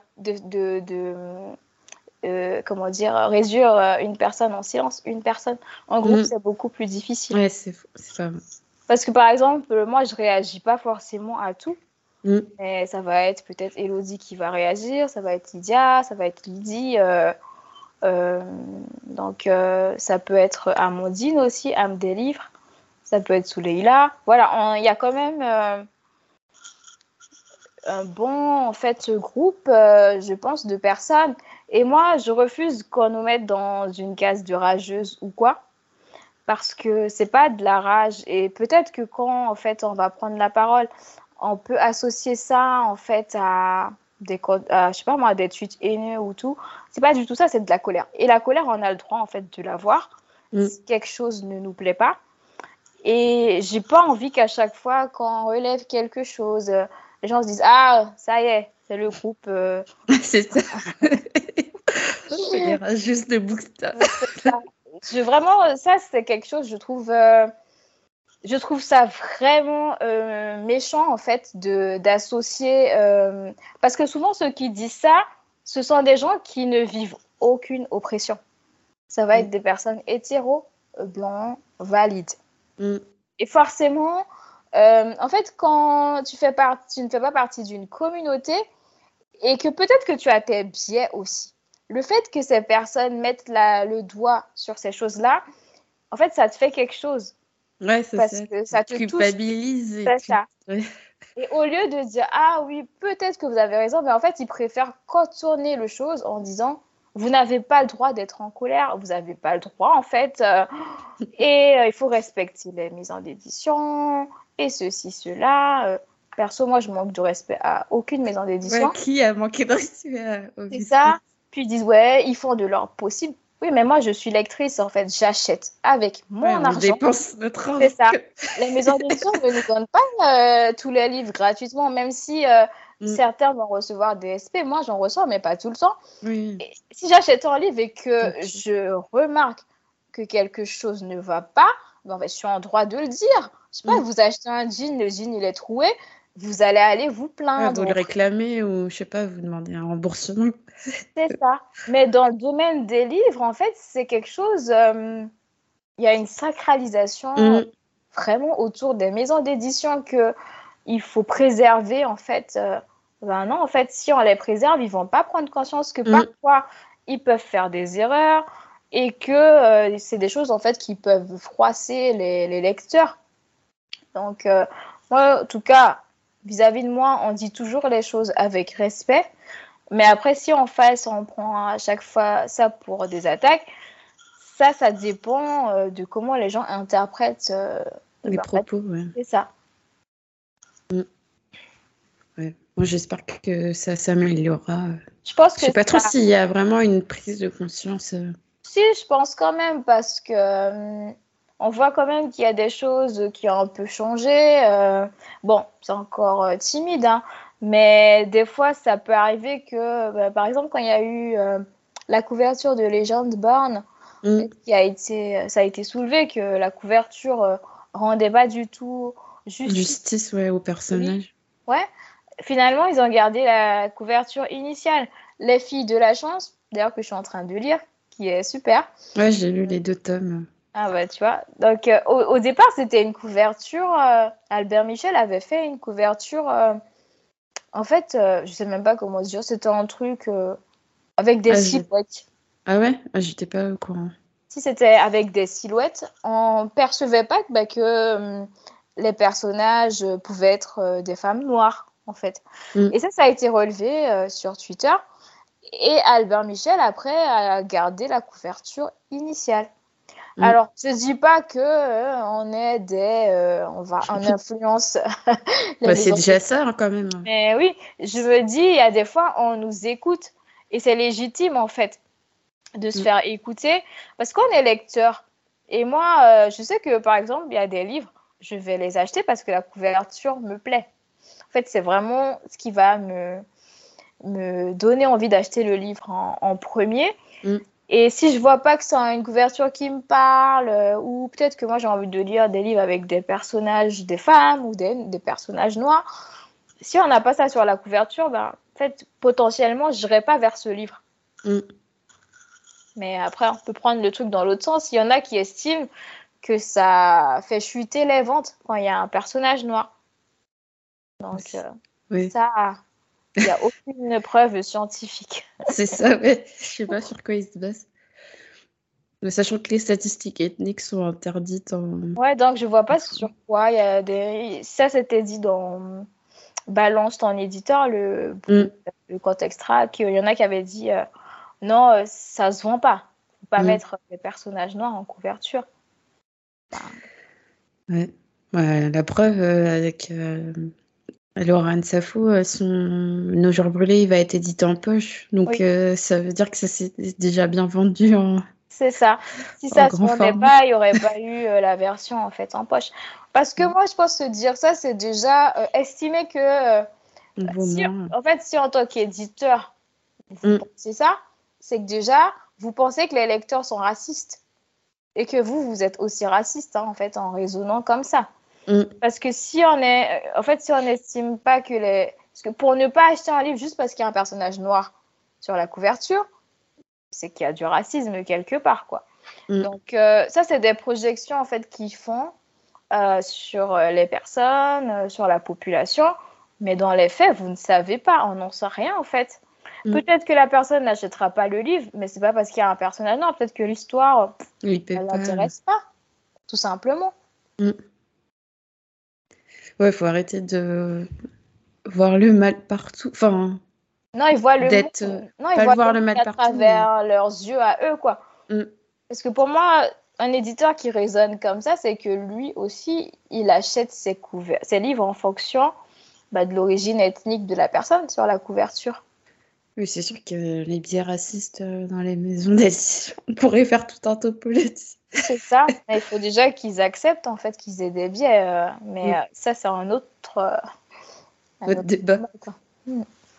comment dire, réduire une personne en silence. Une personne en groupe, Mm. c'est beaucoup plus difficile. Ouais, c'est pas... Parce que par exemple, moi, je réagis pas forcément à tout, Mm. mais ça va être peut-être Elodie qui va réagir, ça va être Lydia, ça va être Lydie. Euh, donc, ça peut être Amandine aussi, Âme des livres. Ça peut être Souleïla. Voilà, il y a quand même un bon en fait, groupe, je pense, de personnes. Et moi, je refuse qu'on nous mette dans une case de rageuse ou quoi. Parce que c'est pas de la rage et peut-être que quand en fait on va prendre la parole, on peut associer ça en fait à je sais pas moi, des tweets haineux ou tout. C'est pas du tout ça, c'est de la colère. Et la colère, on a le droit en fait de l'avoir Mm. si quelque chose ne nous plaît pas. Et j'ai pas envie qu'à chaque fois qu'on relève quelque chose, les gens se disent ah ça y est, c'est le groupe. C'est ça. C'est les rageuses de Booksta. C'est ça. Vraiment, ça c'est quelque chose, je trouve ça vraiment méchant en fait d'associer parce que souvent ceux qui disent ça, ce sont des gens qui ne vivent aucune oppression. Ça va Mm. être des personnes hétéros, blancs, valides. Mm. Et forcément, en fait, quand tu ne fais pas partie d'une communauté et que peut-être que tu as tes biais aussi, le fait que ces personnes mettent le doigt sur ces choses-là, en fait, ça te fait quelque chose Ouais, c'est parce ça. que Tu ça te te touche. culpabilises et C'est tu... ça. Ouais. Et au lieu de dire ah oui, peut-être que vous avez raison, mais en fait, ils préfèrent contourner le chose en disant vous n'avez pas le droit d'être en colère, vous n'avez pas le droit en fait, et il faut respecter les maisons d'édition et ceci, cela. Perso, moi, je manque de respect à aucune maison Ouais, d'édition. qui a manqué de respect au C'est ça. biscuit? Puis ils disent, ouais, ils font de leur possible. Oui, mais moi, je suis lectrice, en fait. J'achète avec Ouais, mon on argent. dépense notre C'est argent. ça. Les maisons d'édition ne nous donnent pas tous les livres gratuitement, même si certains vont recevoir des SP. Moi, j'en reçois, mais pas tout le temps. Oui. Et si j'achète un livre et que Donc, je remarque que quelque chose ne va pas, ben, en fait, je suis en droit de le dire. Je sais pas, vous achetez un jean, le jean, il est troué, vous allez aller vous ouais, plaindre. vous le réclamez ou, je sais pas, vous demandez un remboursement. C'est ça. Mais dans le domaine des livres, en fait, c'est quelque chose... il y a une sacralisation Mm. vraiment autour des maisons d'édition que il faut préserver, en fait. Ben non, en fait, si on les préserve, ils vont pas prendre conscience que parfois, ils peuvent faire des erreurs et que c'est des choses, en fait, qui peuvent froisser les lecteurs. Donc, moi, en tout cas, vis-à-vis de moi, on dit toujours les choses avec respect. Mais après, si en face, on prend à chaque fois ça pour des attaques, ça dépend de comment les gens interprètent Les propos, ouais. c'est ça. Ouais. Moi, j'espère que ça s'améliorera. Je pense Je que sais pas trop ça... s'il y a vraiment une prise de conscience. Si, je pense quand même parce que on voit quand même qu'il y a des choses qui ont un peu changé. Bon, c'est encore timide, hein, mais des fois, ça peut arriver que, bah, par exemple, quand il y a eu la couverture de Legend Born, ça a été soulevé que la couverture rendait pas du tout Justice, ouais, au personnage. Ouais, finalement, ils ont gardé la couverture initiale. Les filles de la chance, d'ailleurs que je suis en train de lire, qui est super. Ouais, j'ai lu les 2 tomes. Ah bah tu vois. Donc au départ, c'était une couverture. Albert Michel avait fait une couverture. En fait, je sais même pas comment dire. C'était un truc avec des silhouettes. Ah ouais? Ah, j'étais pas au courant. Si c'était avec des silhouettes, on percevait pas que les personnages pouvaient être des femmes noires, en fait. Et ça a été relevé sur Twitter. Et Albert Michel, après, a gardé la couverture initiale. Alors, je ne dis pas que on est on influence les Bah, c'est maisons. déjà ça, hein, quand même. Mais oui, je me dis, il y a des fois, on nous écoute. Et c'est légitime, en fait, de se faire écouter. Parce qu'on est lecteur. Et moi, je sais que, par exemple, il y a des livres, je vais les acheter parce que la couverture me plaît. En fait, c'est vraiment ce qui va me donner envie d'acheter le livre en premier. Et si je vois pas que c'est une couverture qui me parle, ou peut-être que moi j'ai envie de lire des livres avec des personnages, des femmes ou des personnages noirs, si on n'a pas ça sur la couverture, ben, en fait, potentiellement, je n'irai pas vers ce livre. Mais après, on peut prendre le truc dans l'autre sens. Il y en a qui estiment que ça fait chuter les ventes quand il y a un personnage noir. Donc, ça, il n'y a aucune preuve scientifique. C'est ça, ouais. Je sais pas sur quoi ils se basent. Mais sachant que les statistiques ethniques sont interdites Ouais, donc je vois pas sur quoi. Il y a ça, c'était dit dans Balance ton éditeur, le compte extra, qu'il y en a qui avaient dit non, ça se vend pas. Faut pas mettre des personnages noirs en couverture. Ouais. La preuve avec Laurent Safo, Nos jours brûlés, il va être édité en poche. Donc ça veut dire que ça s'est déjà bien vendu C'est ça. Si ça se vendait pas, il n'y aurait pas eu la version en fait en poche. Parce que moi, je pense que dire ça, c'est déjà estimer que en fait, si en tant qu'éditeur, vous pensez ça, c'est que déjà, vous pensez que les lecteurs sont racistes. Et que vous êtes aussi raciste, hein, en fait, en raisonnant comme ça. Parce que si on n'estime pas que parce que pour ne pas acheter un livre juste parce qu'il y a un personnage noir sur la couverture, c'est qu'il y a du racisme quelque part, quoi. Donc, ça, c'est des projections, en fait, qu'ils font sur les personnes, sur la population. Mais dans les faits, vous ne savez pas. On n'en sait rien, en fait. Peut-être que la personne n'achètera pas le livre, mais c'est pas parce qu'il y a un personnage. Non, peut-être que l'histoire, elle l'intéresse pas, tout simplement. Ouais, il faut arrêter de voir le mal partout. Enfin, non, ils voient le monde. Non, ils voient le mal à travers leurs yeux à eux, quoi. Parce que pour moi, un éditeur qui raisonne comme ça, c'est que lui aussi, il achète ses livres en fonction de l'origine ethnique de la personne sur la couverture. Oui, c'est sûr que les biais racistes dans les maisons d'asile, on pourrait faire tout un topo là-dessus. C'est ça, mais il faut déjà qu'ils acceptent en fait qu'ils aient des biais, mais ça c'est un Votre autre débat. débat, quoi. Mm.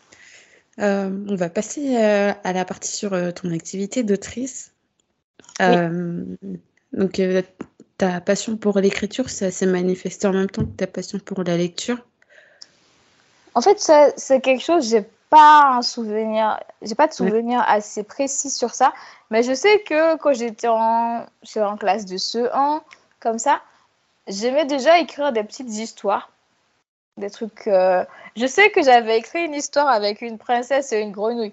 On va passer à la partie sur ton activité d'autrice. Oui. Donc, ta passion pour l'écriture, ça s'est manifesté en même temps que ta passion pour la lecture? En fait, ça, c'est quelque chose, j'ai pas de Ouais. souvenir assez précis sur ça, mais je sais que quand j'étais en classe de CE1, comme ça, j'aimais déjà écrire des petites histoires, des trucs. Je sais que j'avais écrit une histoire avec une princesse et une grenouille.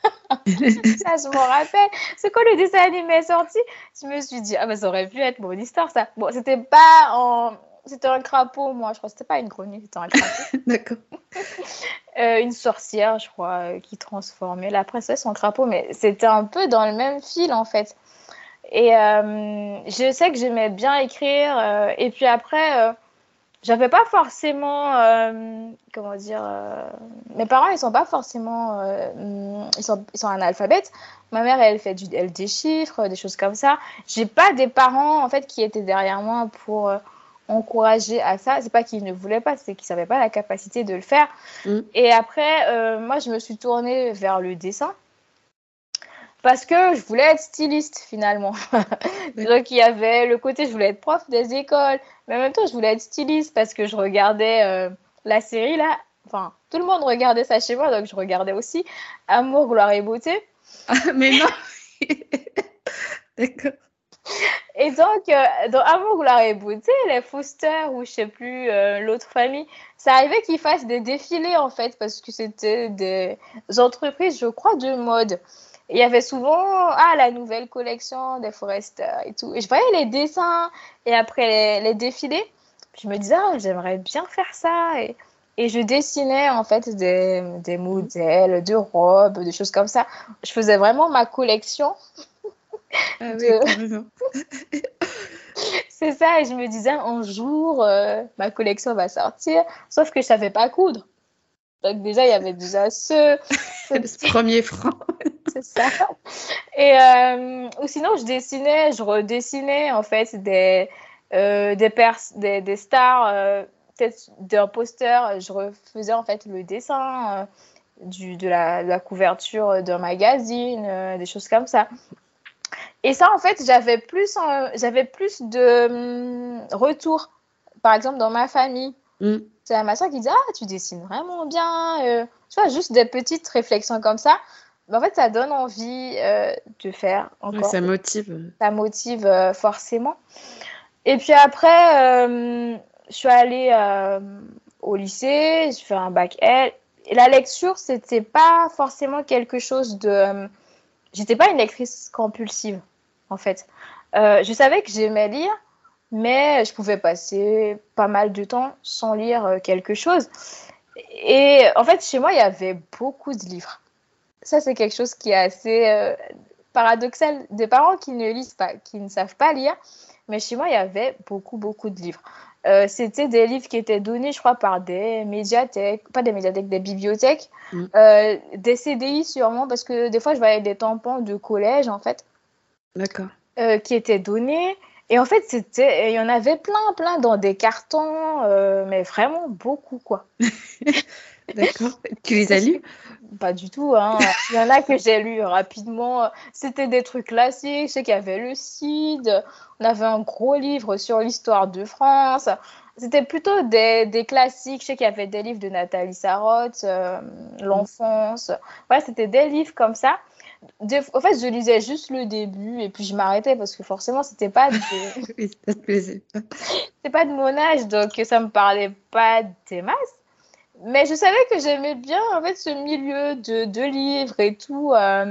Ça, je m'en rappelle. C'est quand le dessin animé est sorti, je me suis dit, ah ben ça aurait pu être mon histoire, ça. Bon, c'était un crapaud, moi, je crois. C'était pas une grenouille, c'était un crapaud. D'accord. Une sorcière, je crois, qui transformait la princesse en crapaud, mais c'était un peu dans le même fil, en fait. Et je sais que j'aimais bien écrire, et puis après, j'avais pas forcément, comment dire, mes parents, ils sont pas forcément, ils sont analphabètes. Ma mère, elle déchiffre, des choses comme ça. J'ai pas des parents, en fait, qui étaient derrière moi pour encourager à ça. C'est pas qu'ils ne voulaient pas, c'est qu'ils savaient pas la capacité de le faire. Mm. Et après, moi, je me suis tournée vers le dessin parce que je voulais être styliste finalement. Donc il y avait le côté je voulais être prof des écoles, mais en même temps je voulais être styliste parce que je regardais la série là. Enfin, tout le monde regardait ça chez moi, donc je regardais aussi Amour, gloire et beauté. Ah, mais non. D'accord. Et donc, dans Amour, gloire et beauté, les Foster ou je sais plus l'autre famille, ça arrivait qu'ils fassent des défilés en fait, parce que c'était des entreprises, je crois, de mode. Et il y avait souvent la nouvelle collection des Forester et tout. Et je voyais les dessins et après les défilés, je me disais, j'aimerais bien faire ça. Et je dessinais en fait des modèles de robes, des choses comme ça. Je faisais vraiment ma collection Ah oui, de, carrément. C'est ça, et je me disais, un jour, ma collection va sortir, sauf que je savais pas coudre. Donc déjà, il y avait déjà ce Le petit... premier franc. C'est ça. Et ou sinon, je redessinais en fait des stars, peut-être d'un poster. Je refaisais en fait le dessin de la couverture d'un magazine, des choses comme ça. Et ça, en fait, j'avais plus de retours. Par exemple, dans ma famille, Mm. c'est ma soeur qui dit ah, tu dessines vraiment bien. Tu vois, juste des petites réflexions comme ça. Mais en fait, ça donne envie de faire Ouais, encore. ça motive. Ça motive forcément. Et puis après, je suis allée au lycée, j'ai fait un bac L. Et la lecture, c'était pas forcément quelque chose de. J'étais pas une lectrice compulsive, en fait. Je savais que j'aimais lire, mais je pouvais passer pas mal de temps sans lire quelque chose. Et en fait, chez moi, il y avait beaucoup de livres. Ça, c'est quelque chose qui est assez paradoxal. Des parents qui ne lisent pas, qui ne savent pas lire, mais chez moi, il y avait beaucoup, beaucoup de livres. C'était des livres qui étaient donnés, je crois, par des médiathèques, pas des médiathèques, des bibliothèques, Mm. des CDI sûrement, parce que des fois, je voyais des tampons de collège, en fait, D'accord. qui étaient donnés. Et en fait, il y en avait plein, plein dans des cartons, mais vraiment beaucoup, quoi. D'accord. Tu les as lus? Pas du tout, hein. Il y en a que j'ai lu rapidement. C'était des trucs classiques. Je sais qu'il y avait le Cid. On avait un gros livre sur l'histoire de France. C'était plutôt des classiques. Je sais qu'il y avait des livres de Nathalie Sarraute, l'enfance. Ouais, c'était des livres comme ça. En fait, je lisais juste le début et puis je m'arrêtais parce que forcément, Oui, ça te plaisait. c'était pas de mon âge, donc ça me parlait pas des masses. Mais je savais que j'aimais bien en fait ce milieu de livres et tout,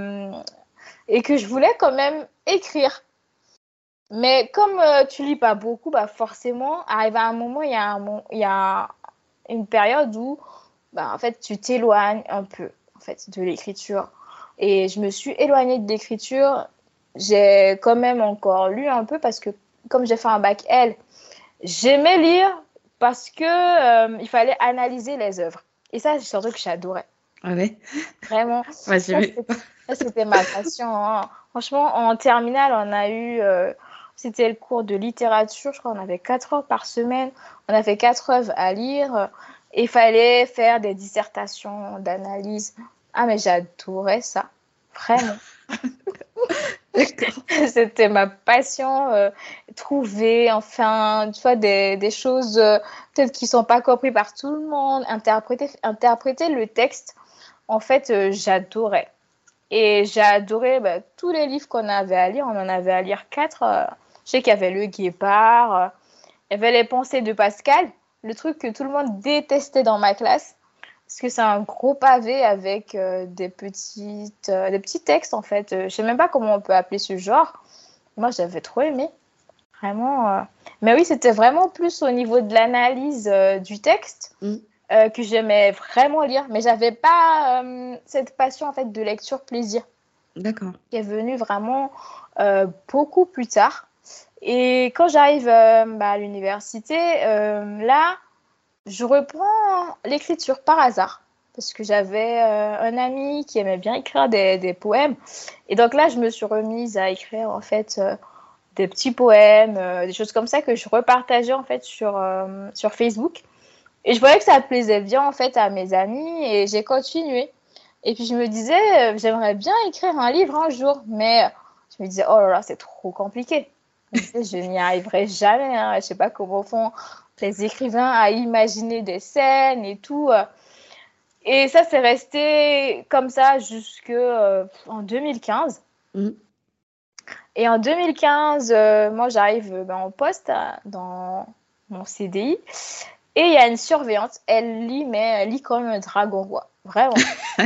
et que je voulais quand même écrire. Mais comme tu lis pas beaucoup, bah forcément, arrivé à un moment, il y a une période où bah, en fait, tu t'éloignes un peu en fait, de l'écriture. Et je me suis éloignée de l'écriture. J'ai quand même encore lu un peu parce que comme j'ai fait un bac L, j'aimais lire parce que il fallait analyser les œuvres. Et ça, c'est un truc que j'adorais. Ah ouais? Vraiment. Ouais, Ça, c'était ma passion, hein. Franchement, en terminale, on a eu, c'était le cours de littérature, je crois, on avait 4 heures par semaine. On avait 4 œuvres à lire et il fallait faire des dissertations d'analyse. Ah, mais j'adorais ça, vraiment. D'accord. C'était ma passion, trouver, enfin, tu vois, des choses peut-être qui ne sont pas comprises par tout le monde, interpréter le texte. En fait, j'adorais. Et j'ai adoré tous les livres qu'on avait à lire. On en avait à lire 4. Je sais qu'il y avait Le Guépard, il y avait Les Pensées de Pascal, le truc que tout le monde détestait dans ma classe. Parce que c'est un gros pavé avec des petits textes, en fait. Je ne sais même pas comment on peut appeler ce genre. Moi, j'avais trop aimé. Vraiment. Mais oui, c'était vraiment plus au niveau de l'analyse du texte. Que j'aimais vraiment lire, mais j'avais pas cette passion en fait de lecture plaisir. D'accord. Qui est venue vraiment beaucoup plus tard. Et quand j'arrive à l'université, là, je reprends l'écriture par hasard parce que j'avais un ami qui aimait bien écrire des poèmes. Et donc là, je me suis remise à écrire en fait des petits poèmes, des choses comme ça que je repartageais en fait sur Facebook. Et je voyais que ça plaisait bien en fait à mes amis et j'ai continué. Et puis je me disais, j'aimerais bien écrire un livre un jour, mais je me disais, oh là là, c'est trop compliqué. Je me disais, je n'y arriverai jamais, hein. Je sais pas comment font les écrivains à imaginer des scènes et tout. Et ça, c'est resté comme ça jusqu'en 2015. Et en 2015, moi, j'arrive en poste dans mon CDI. Et il y a une surveillante, elle lit comme un dragon roi. Vraiment.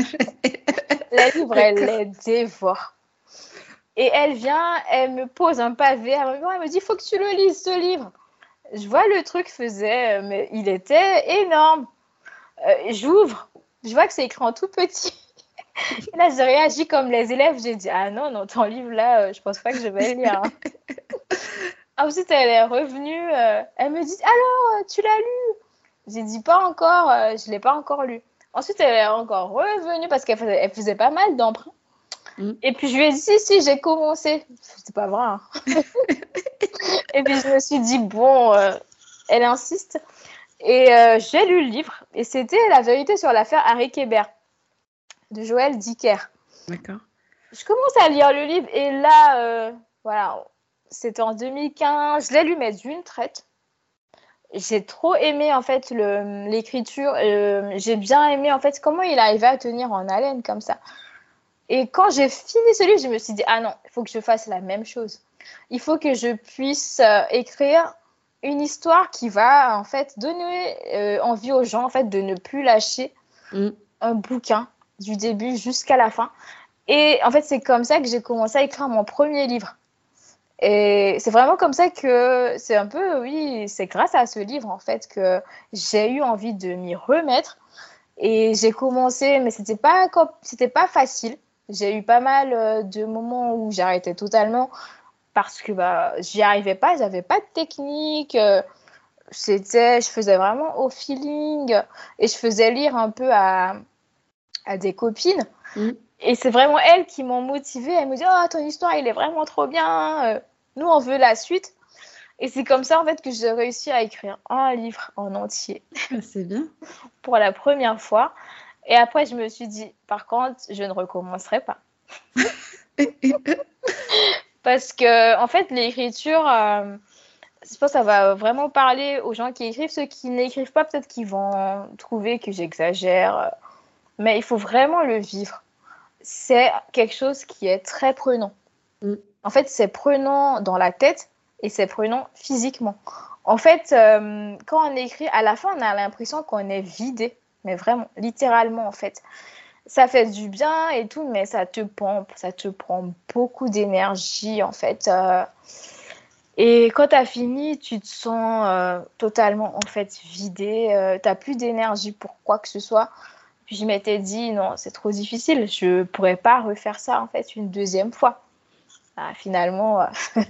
Les livres, elle les dévore. Et elle vient, elle me pose un pavé, elle me dit, il faut que tu le lises, ce livre. Je vois le truc faisait, mais il était énorme. J'ouvre, je vois que c'est écrit en tout petit. Et là, j'ai réagi comme les élèves, j'ai dit, ah non, non, ton livre là, je pense pas que je vais le lire, hein. Ensuite, elle est revenue, elle me dit, alors, tu l'as lu? J'ai dit pas encore, je l'ai pas encore lu. Ensuite, elle est encore revenue parce qu'elle faisait pas mal d'emprunts. Et puis je lui ai dit, si, j'ai commencé. C'est pas vrai, hein. Et puis je me suis dit, bon, elle insiste. Et j'ai lu le livre. Et c'était La vérité sur l'affaire Harry Kéber de Joël Dicker. D'accord. Je commence à lire le livre et là, voilà, c'était en 2015. Je l'ai lu, mais d'une traite. J'ai trop aimé en fait l'écriture. J'ai bien aimé en fait comment il arrivait à tenir en haleine comme ça. Et quand j'ai fini ce livre, je me suis dit ah non, il faut que je fasse la même chose. Il faut que je puisse écrire une histoire qui va en fait donner envie aux gens en fait de ne plus lâcher un bouquin du début jusqu'à la fin. Et en fait, c'est comme ça que j'ai commencé à écrire mon premier livre. Et c'est vraiment comme ça que c'est un peu, oui, c'est grâce à ce livre en fait que j'ai eu envie de m'y remettre. Et j'ai commencé, mais c'était pas facile. J'ai eu pas mal de moments où j'arrêtais totalement parce que j'y arrivais pas, j'avais pas de technique. Je faisais vraiment au feeling et je faisais lire un peu à des copines. Et c'est vraiment elles qui m'ont motivée. Elles me disent oh, ton histoire, il est vraiment trop bien. Nous, on veut la suite. Et c'est comme ça, en fait, que j'ai réussi à écrire un livre en entier. C'est bien. Pour la première fois. Et après, je me suis dit, par contre, je ne recommencerai pas. Parce que, en fait, l'écriture, je pense que ça va vraiment parler aux gens qui écrivent. Ceux qui n'écrivent pas, peut-être qu'ils vont trouver que j'exagère. Mais il faut vraiment le vivre. C'est quelque chose qui est très prenant. En fait, c'est prenant dans la tête et c'est prenant physiquement. En fait, quand on écrit, à la fin, on a l'impression qu'on est vidé. Mais vraiment, littéralement, en fait. Ça fait du bien et tout, mais ça te pompe, ça te prend beaucoup d'énergie, en fait. Et quand tu as fini, tu te sens totalement, en fait, vidé. Tu n'as plus d'énergie pour quoi que ce soit. Puis je m'étais dit, non, c'est trop difficile. Je ne pourrais pas refaire ça, en fait, une deuxième fois. Finalement,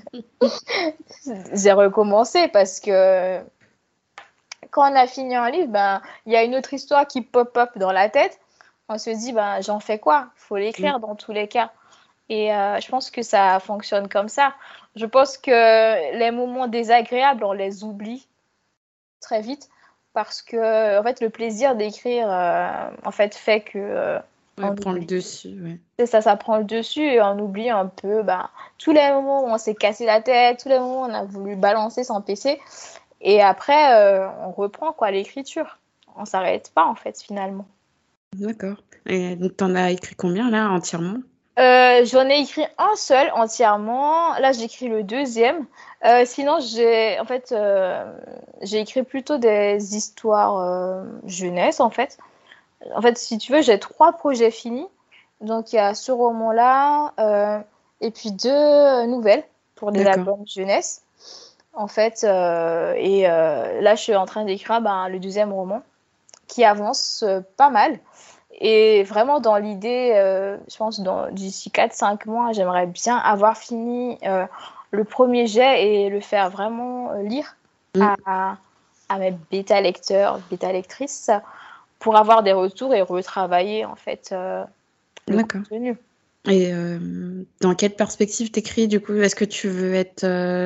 j'ai recommencé parce que quand on a fini un livre, il y a une autre histoire qui pop-up dans la tête. on se dit, ben, j'en fais quoi? Il faut Mm. l'écrire dans tous les cas. Et je pense que ça fonctionne comme ça. Je pense que les moments désagréables, on les oublie très vite parce que en fait, le plaisir d'écrire en fait que Ouais, on prends le oublie. dessus, ouais. C'est ça, ça prend le dessus et on oublie un peu tous les moments où on s'est cassé la tête, tous les moments où on a voulu balancer son PC. Et après, on reprend quoi, l'écriture. On s'arrête pas en fait finalement. D'accord. Et donc, t'en as écrit combien, là, entièrement? J'en ai écrit un seul entièrement. Là, j'écris le deuxième. Sinon, j'ai écrit plutôt des histoires jeunesse en fait. En fait, si tu veux, j'ai 3 projets finis. Donc, il y a ce roman-là et puis 2 nouvelles pour des D'accord. albums jeunesse. En fait, là, je suis en train d'écrire le deuxième roman qui avance pas mal. Et vraiment, dans l'idée, je pense, d'ici 4-5 mois, j'aimerais bien avoir fini le premier jet et le faire vraiment lire Mm. à mes bêta-lecteurs, bêta-lectrices, pour avoir des retours et retravailler, en fait, le D'accord. contenu. Et dans quelle perspective t'écris, du coup? Est-ce que tu veux être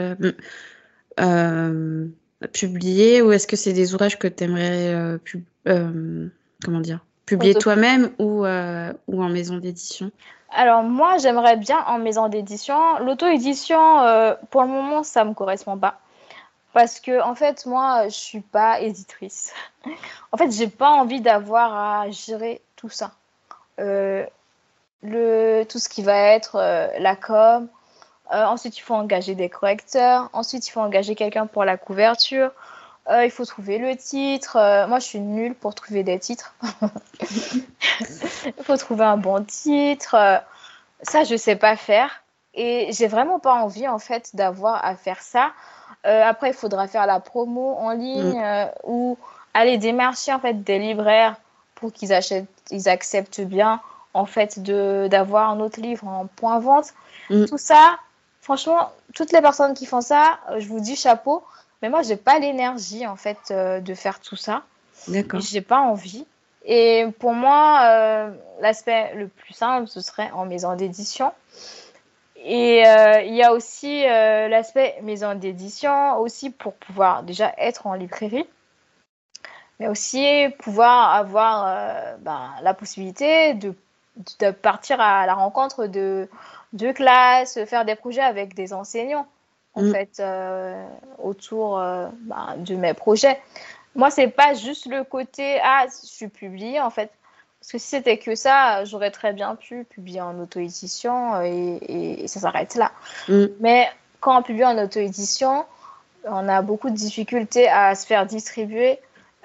euh, publié ou est-ce que c'est des ouvrages que tu aimerais comment dire, publier Auto- toi-même ou en maison d'édition? Alors, moi, j'aimerais bien en maison d'édition. L'auto-édition, pour le moment, ça me correspond pas. Parce que, en fait, moi, je suis pas éditrice. En fait, j'ai pas envie d'avoir à gérer tout ça. Euh, tout ce qui va être la com. Ensuite, il faut engager des correcteurs. Ensuite, il faut engager quelqu'un pour la couverture. Il faut trouver le titre. Moi, je suis nulle pour trouver des titres. Il faut trouver un bon titre. Ça, je sais pas faire. Et j'ai vraiment pas envie, en fait, d'avoir à faire ça. Après, il faudra faire la promo en Mm. ligne ou aller démarcher, en fait, des libraires pour ils acceptent bien, en fait, d'avoir un autre livre en point-vente. Mm. Tout ça, franchement, toutes les personnes qui font ça, je vous dis chapeau. Mais moi, j'ai pas l'énergie, en fait, de faire tout ça. D'accord. J'ai pas envie. Et pour moi, l'aspect le plus simple, ce serait en maison d'édition. Et il y a aussi l'aspect maison d'édition, aussi pour pouvoir déjà être en librairie, mais aussi pouvoir avoir la possibilité de partir à la rencontre de classes, faire des projets avec des enseignants, en Mm. fait, autour de mes projets. Moi, c'est pas juste le côté ah, je suis publiée en fait. Parce que si c'était que ça, j'aurais très bien pu publier en auto-édition et ça s'arrête là. Mm. Mais quand on publie en auto-édition, on a beaucoup de difficultés à se faire distribuer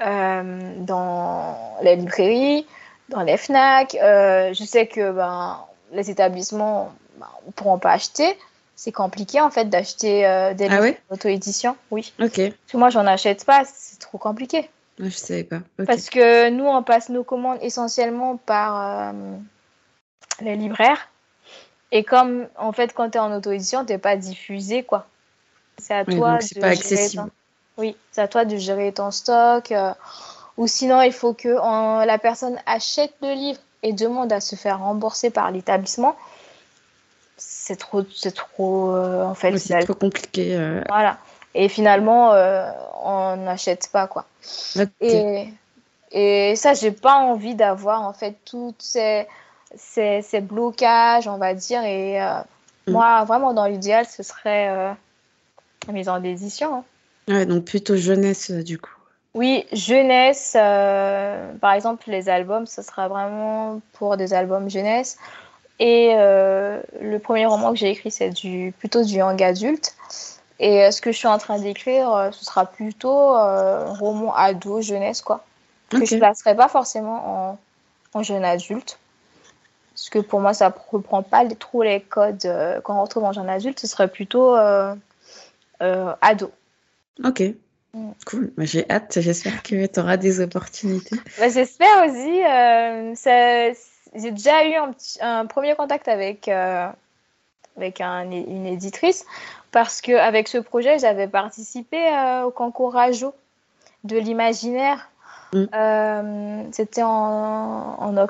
dans les librairies, dans les FNAC. Je sais que les établissements ne pourront pas acheter. C'est compliqué en fait d'acheter des Ah livres ouais? en auto-édition. Oui. Ok. Parce que moi, j'en achète pas, c'est trop compliqué. Ah, je savais pas. Ok. Parce que nous, on passe nos commandes essentiellement par les libraires. Et comme, en fait, quand tu es en auto-édition, tu n'es pas diffusé, quoi. C'est à Ouais, donc toi c'est pas de gérer accessible. Oui, c'est à toi de gérer ton stock. Ou sinon, il faut que la personne achète le livre et demande à se faire rembourser par l'établissement. C'est trop, en Ouais, fait. c'est trop compliqué. Voilà. Et finalement, on n'achète pas, quoi. Ok. Et, et ça, j'ai pas envie d'avoir, en fait, toutes ces blocages, on va dire. Et Mm. moi, vraiment, dans l'idéal, ce serait la maison d'édition, hein. Ouais, donc plutôt jeunesse, du coup. Oui, jeunesse, par exemple, les albums, ce sera vraiment pour des albums jeunesse. Et le premier roman que j'ai écrit, c'est plutôt du young adulte. Et ce que je suis en train d'écrire, ce sera plutôt un roman ado, jeunesse, quoi. Que je Ok. placerai pas forcément en jeune adulte. Parce que pour moi, ça ne reprend pas trop les codes quand on retrouve en jeune adulte. Ce serait plutôt ado. Ok. Mm. Cool. Bah, j'ai hâte. J'espère que tu auras des opportunités. Bah, j'espère aussi. J'ai déjà eu un premier contact avec une éditrice parce qu'avec ce projet, j'avais participé au concours Rajo de l'imaginaire. Mm. C'était en octobre.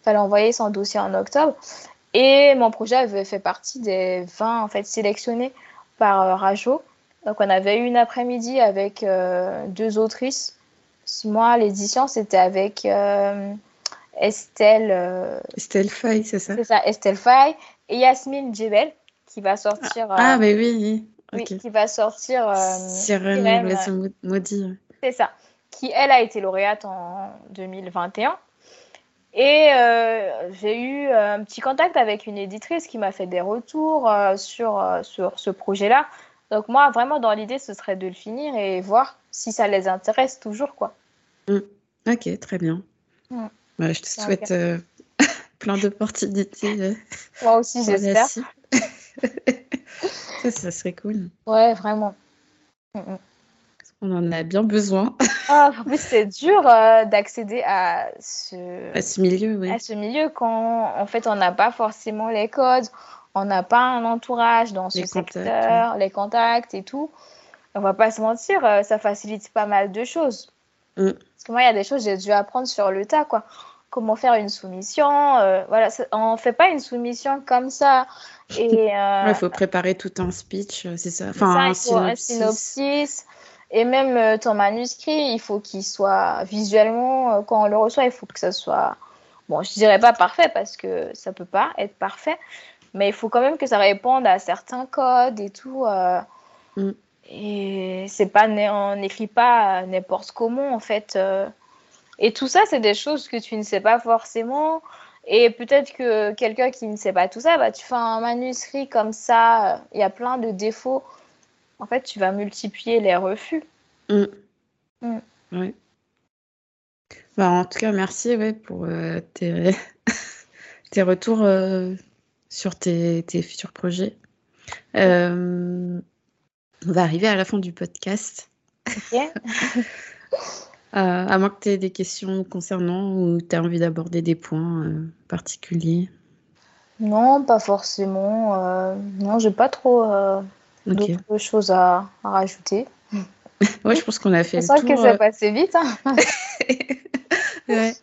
fallait envoyer son dossier en octobre. Et mon projet avait fait partie des 20 en fait, sélectionnés par Rajo. Donc, on avait eu une après-midi avec 2 autrices. Moi, l'édition, c'était avec Estelle. Estelle Faye, c'est ça? C'est ça, Estelle Faye et Yasmine Djebel, qui va sortir. Ah, mais oui, Oui, ok. qui va sortir Sirène, Sirène. l'oiseau maudit. C'est ça. Qui, elle, a été lauréate en 2021. Et j'ai eu un petit contact avec une éditrice qui m'a fait des retours sur ce projet-là. Donc moi, vraiment, dans l'idée, ce serait de le finir et voir si ça les intéresse toujours, quoi. Ok, très bien. Je te souhaite plein d'opportunités moi aussi, pour la j'espère. suite. Ça serait cool. Ouais, vraiment. On en a bien besoin. En plus, c'est dur d'accéder à ce milieu, oui. À ce milieu quand, en fait, on n'a pas forcément les codes, on n'a pas un entourage dans ce secteur, les contacts et tout. On va pas se mentir, ça facilite pas mal de choses. Parce que moi, il y a des choses que j'ai dû apprendre sur le tas, quoi. Comment faire une soumission, voilà, on fait pas une soumission comme ça. Et il faut préparer tout un speech, c'est ça. Enfin, il faut un synopsis. Et même ton manuscrit, il faut qu'il soit visuellement, quand on le reçoit, il faut que ça soit, bon, je dirais pas parfait parce que ça peut pas être parfait, mais il faut quand même que ça réponde à certains codes et tout. Et c'est pas, on n'écrit pas n'importe comment en fait. Et tout ça, c'est des choses que tu ne sais pas forcément. Et peut-être que quelqu'un qui ne sait pas tout ça, bah, tu fais un manuscrit comme ça, il y a plein de défauts. En fait, tu vas multiplier les refus. Ouais. Bah, en tout cas, merci pour tes retours sur tes futurs projets. On va arriver à la fin du podcast. Ok. À moins que tu aies des questions concernant ou tu as envie d'aborder des points particuliers. Non, pas forcément. Non, j'ai pas trop d'autres choses à rajouter. Ouais, je pense qu'on a fait le tour. tour. Je sens que ça passait vite. Ouais.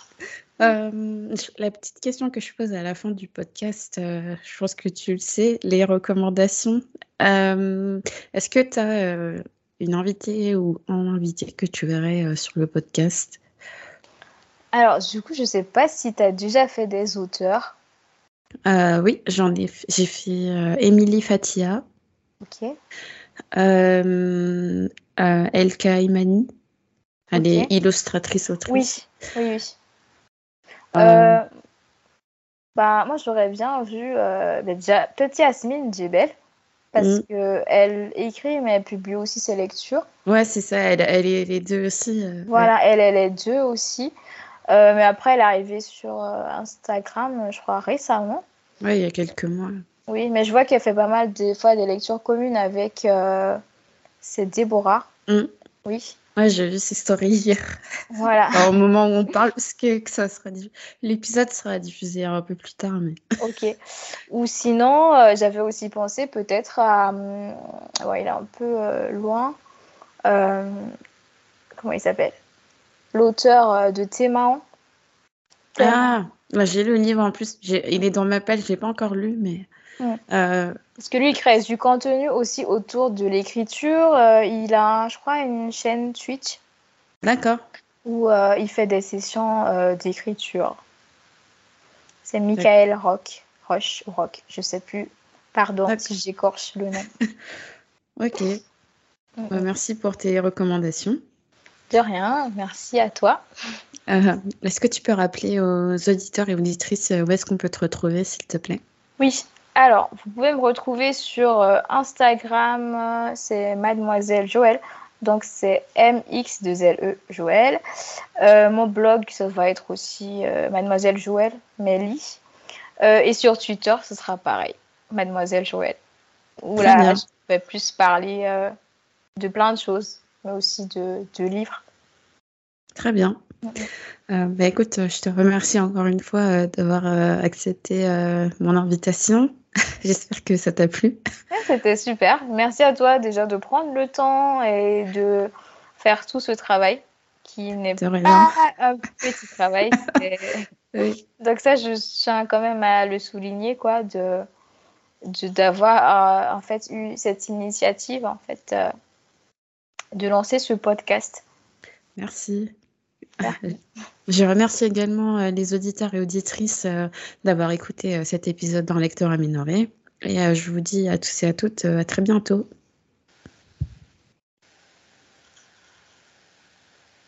La petite question que je pose à la fin du podcast, je pense que tu le sais, les recommandations. Est-ce que tu as une invitée ou un invité que tu verrais sur le podcast? Alors, du coup, je sais pas si tu as déjà fait des auteurs. Oui, j'ai fait Émilie Fathia. Ok. Elka Imani. Elle est illustratrice autrice. Oui. Moi, j'aurais bien vu déjà peut-être Yasmine Djebel parce qu'elle écrit mais elle publie aussi ses lectures. Ouais, c'est ça, elle est les deux aussi. Voilà, elle est les deux aussi. Mais après, elle est arrivée sur Instagram, je crois, récemment. Ouais, il y a quelques mois. Oui, mais je vois qu'elle fait pas mal des fois des lectures communes avec c'est Déborah. Oui. Ouais, j'ai vu ses stories hier. Voilà. Au moment où on parle, parce que ça sera l'épisode sera diffusé un peu plus tard, mais. Ok. Ou sinon, j'avais aussi pensé peut-être à, ouais, il est un peu loin. Comment il s'appelle? L'auteur de Thémaon. Ah, j'ai lu le livre en plus. Il est dans ma page, je l'ai pas encore lu, mais. Parce que lui, il crée du contenu aussi autour de l'écriture. Il a, je crois, une chaîne Twitch. D'accord. Où il fait des sessions d'écriture. C'est Michael Roche, je sais plus. Pardon si j'écorche le nom. Ok. Merci pour tes recommandations. De rien, merci à toi. Est-ce que tu peux rappeler aux auditeurs et auditrices où est-ce qu'on peut te retrouver, s'il te plaît? Oui, alors, vous pouvez me retrouver sur Instagram, c'est Mademoiselle Joël. Donc, c'est MX2LE Joël. Mon blog, ça va être aussi Mademoiselle Joël Melly. Et sur Twitter, ce sera pareil, Mademoiselle Joël. Où là, je vais plus parler de plein de choses, mais aussi de livres. Très bien. Écoute, je te remercie encore une fois d'avoir accepté mon invitation. J'espère que ça t'a plu. Ouais, c'était super. Merci à toi déjà de prendre le temps et de faire tout ce travail qui n'est pas un petit travail. Oui. Donc ça, je tiens quand même à le souligner, quoi, d'avoir en fait eu cette initiative, en fait, de lancer ce podcast. Merci. Merci. Je remercie également les auditeurs et auditrices d'avoir écouté cet épisode dans Lecteur à minorer. Et je vous dis à tous et à toutes à très bientôt.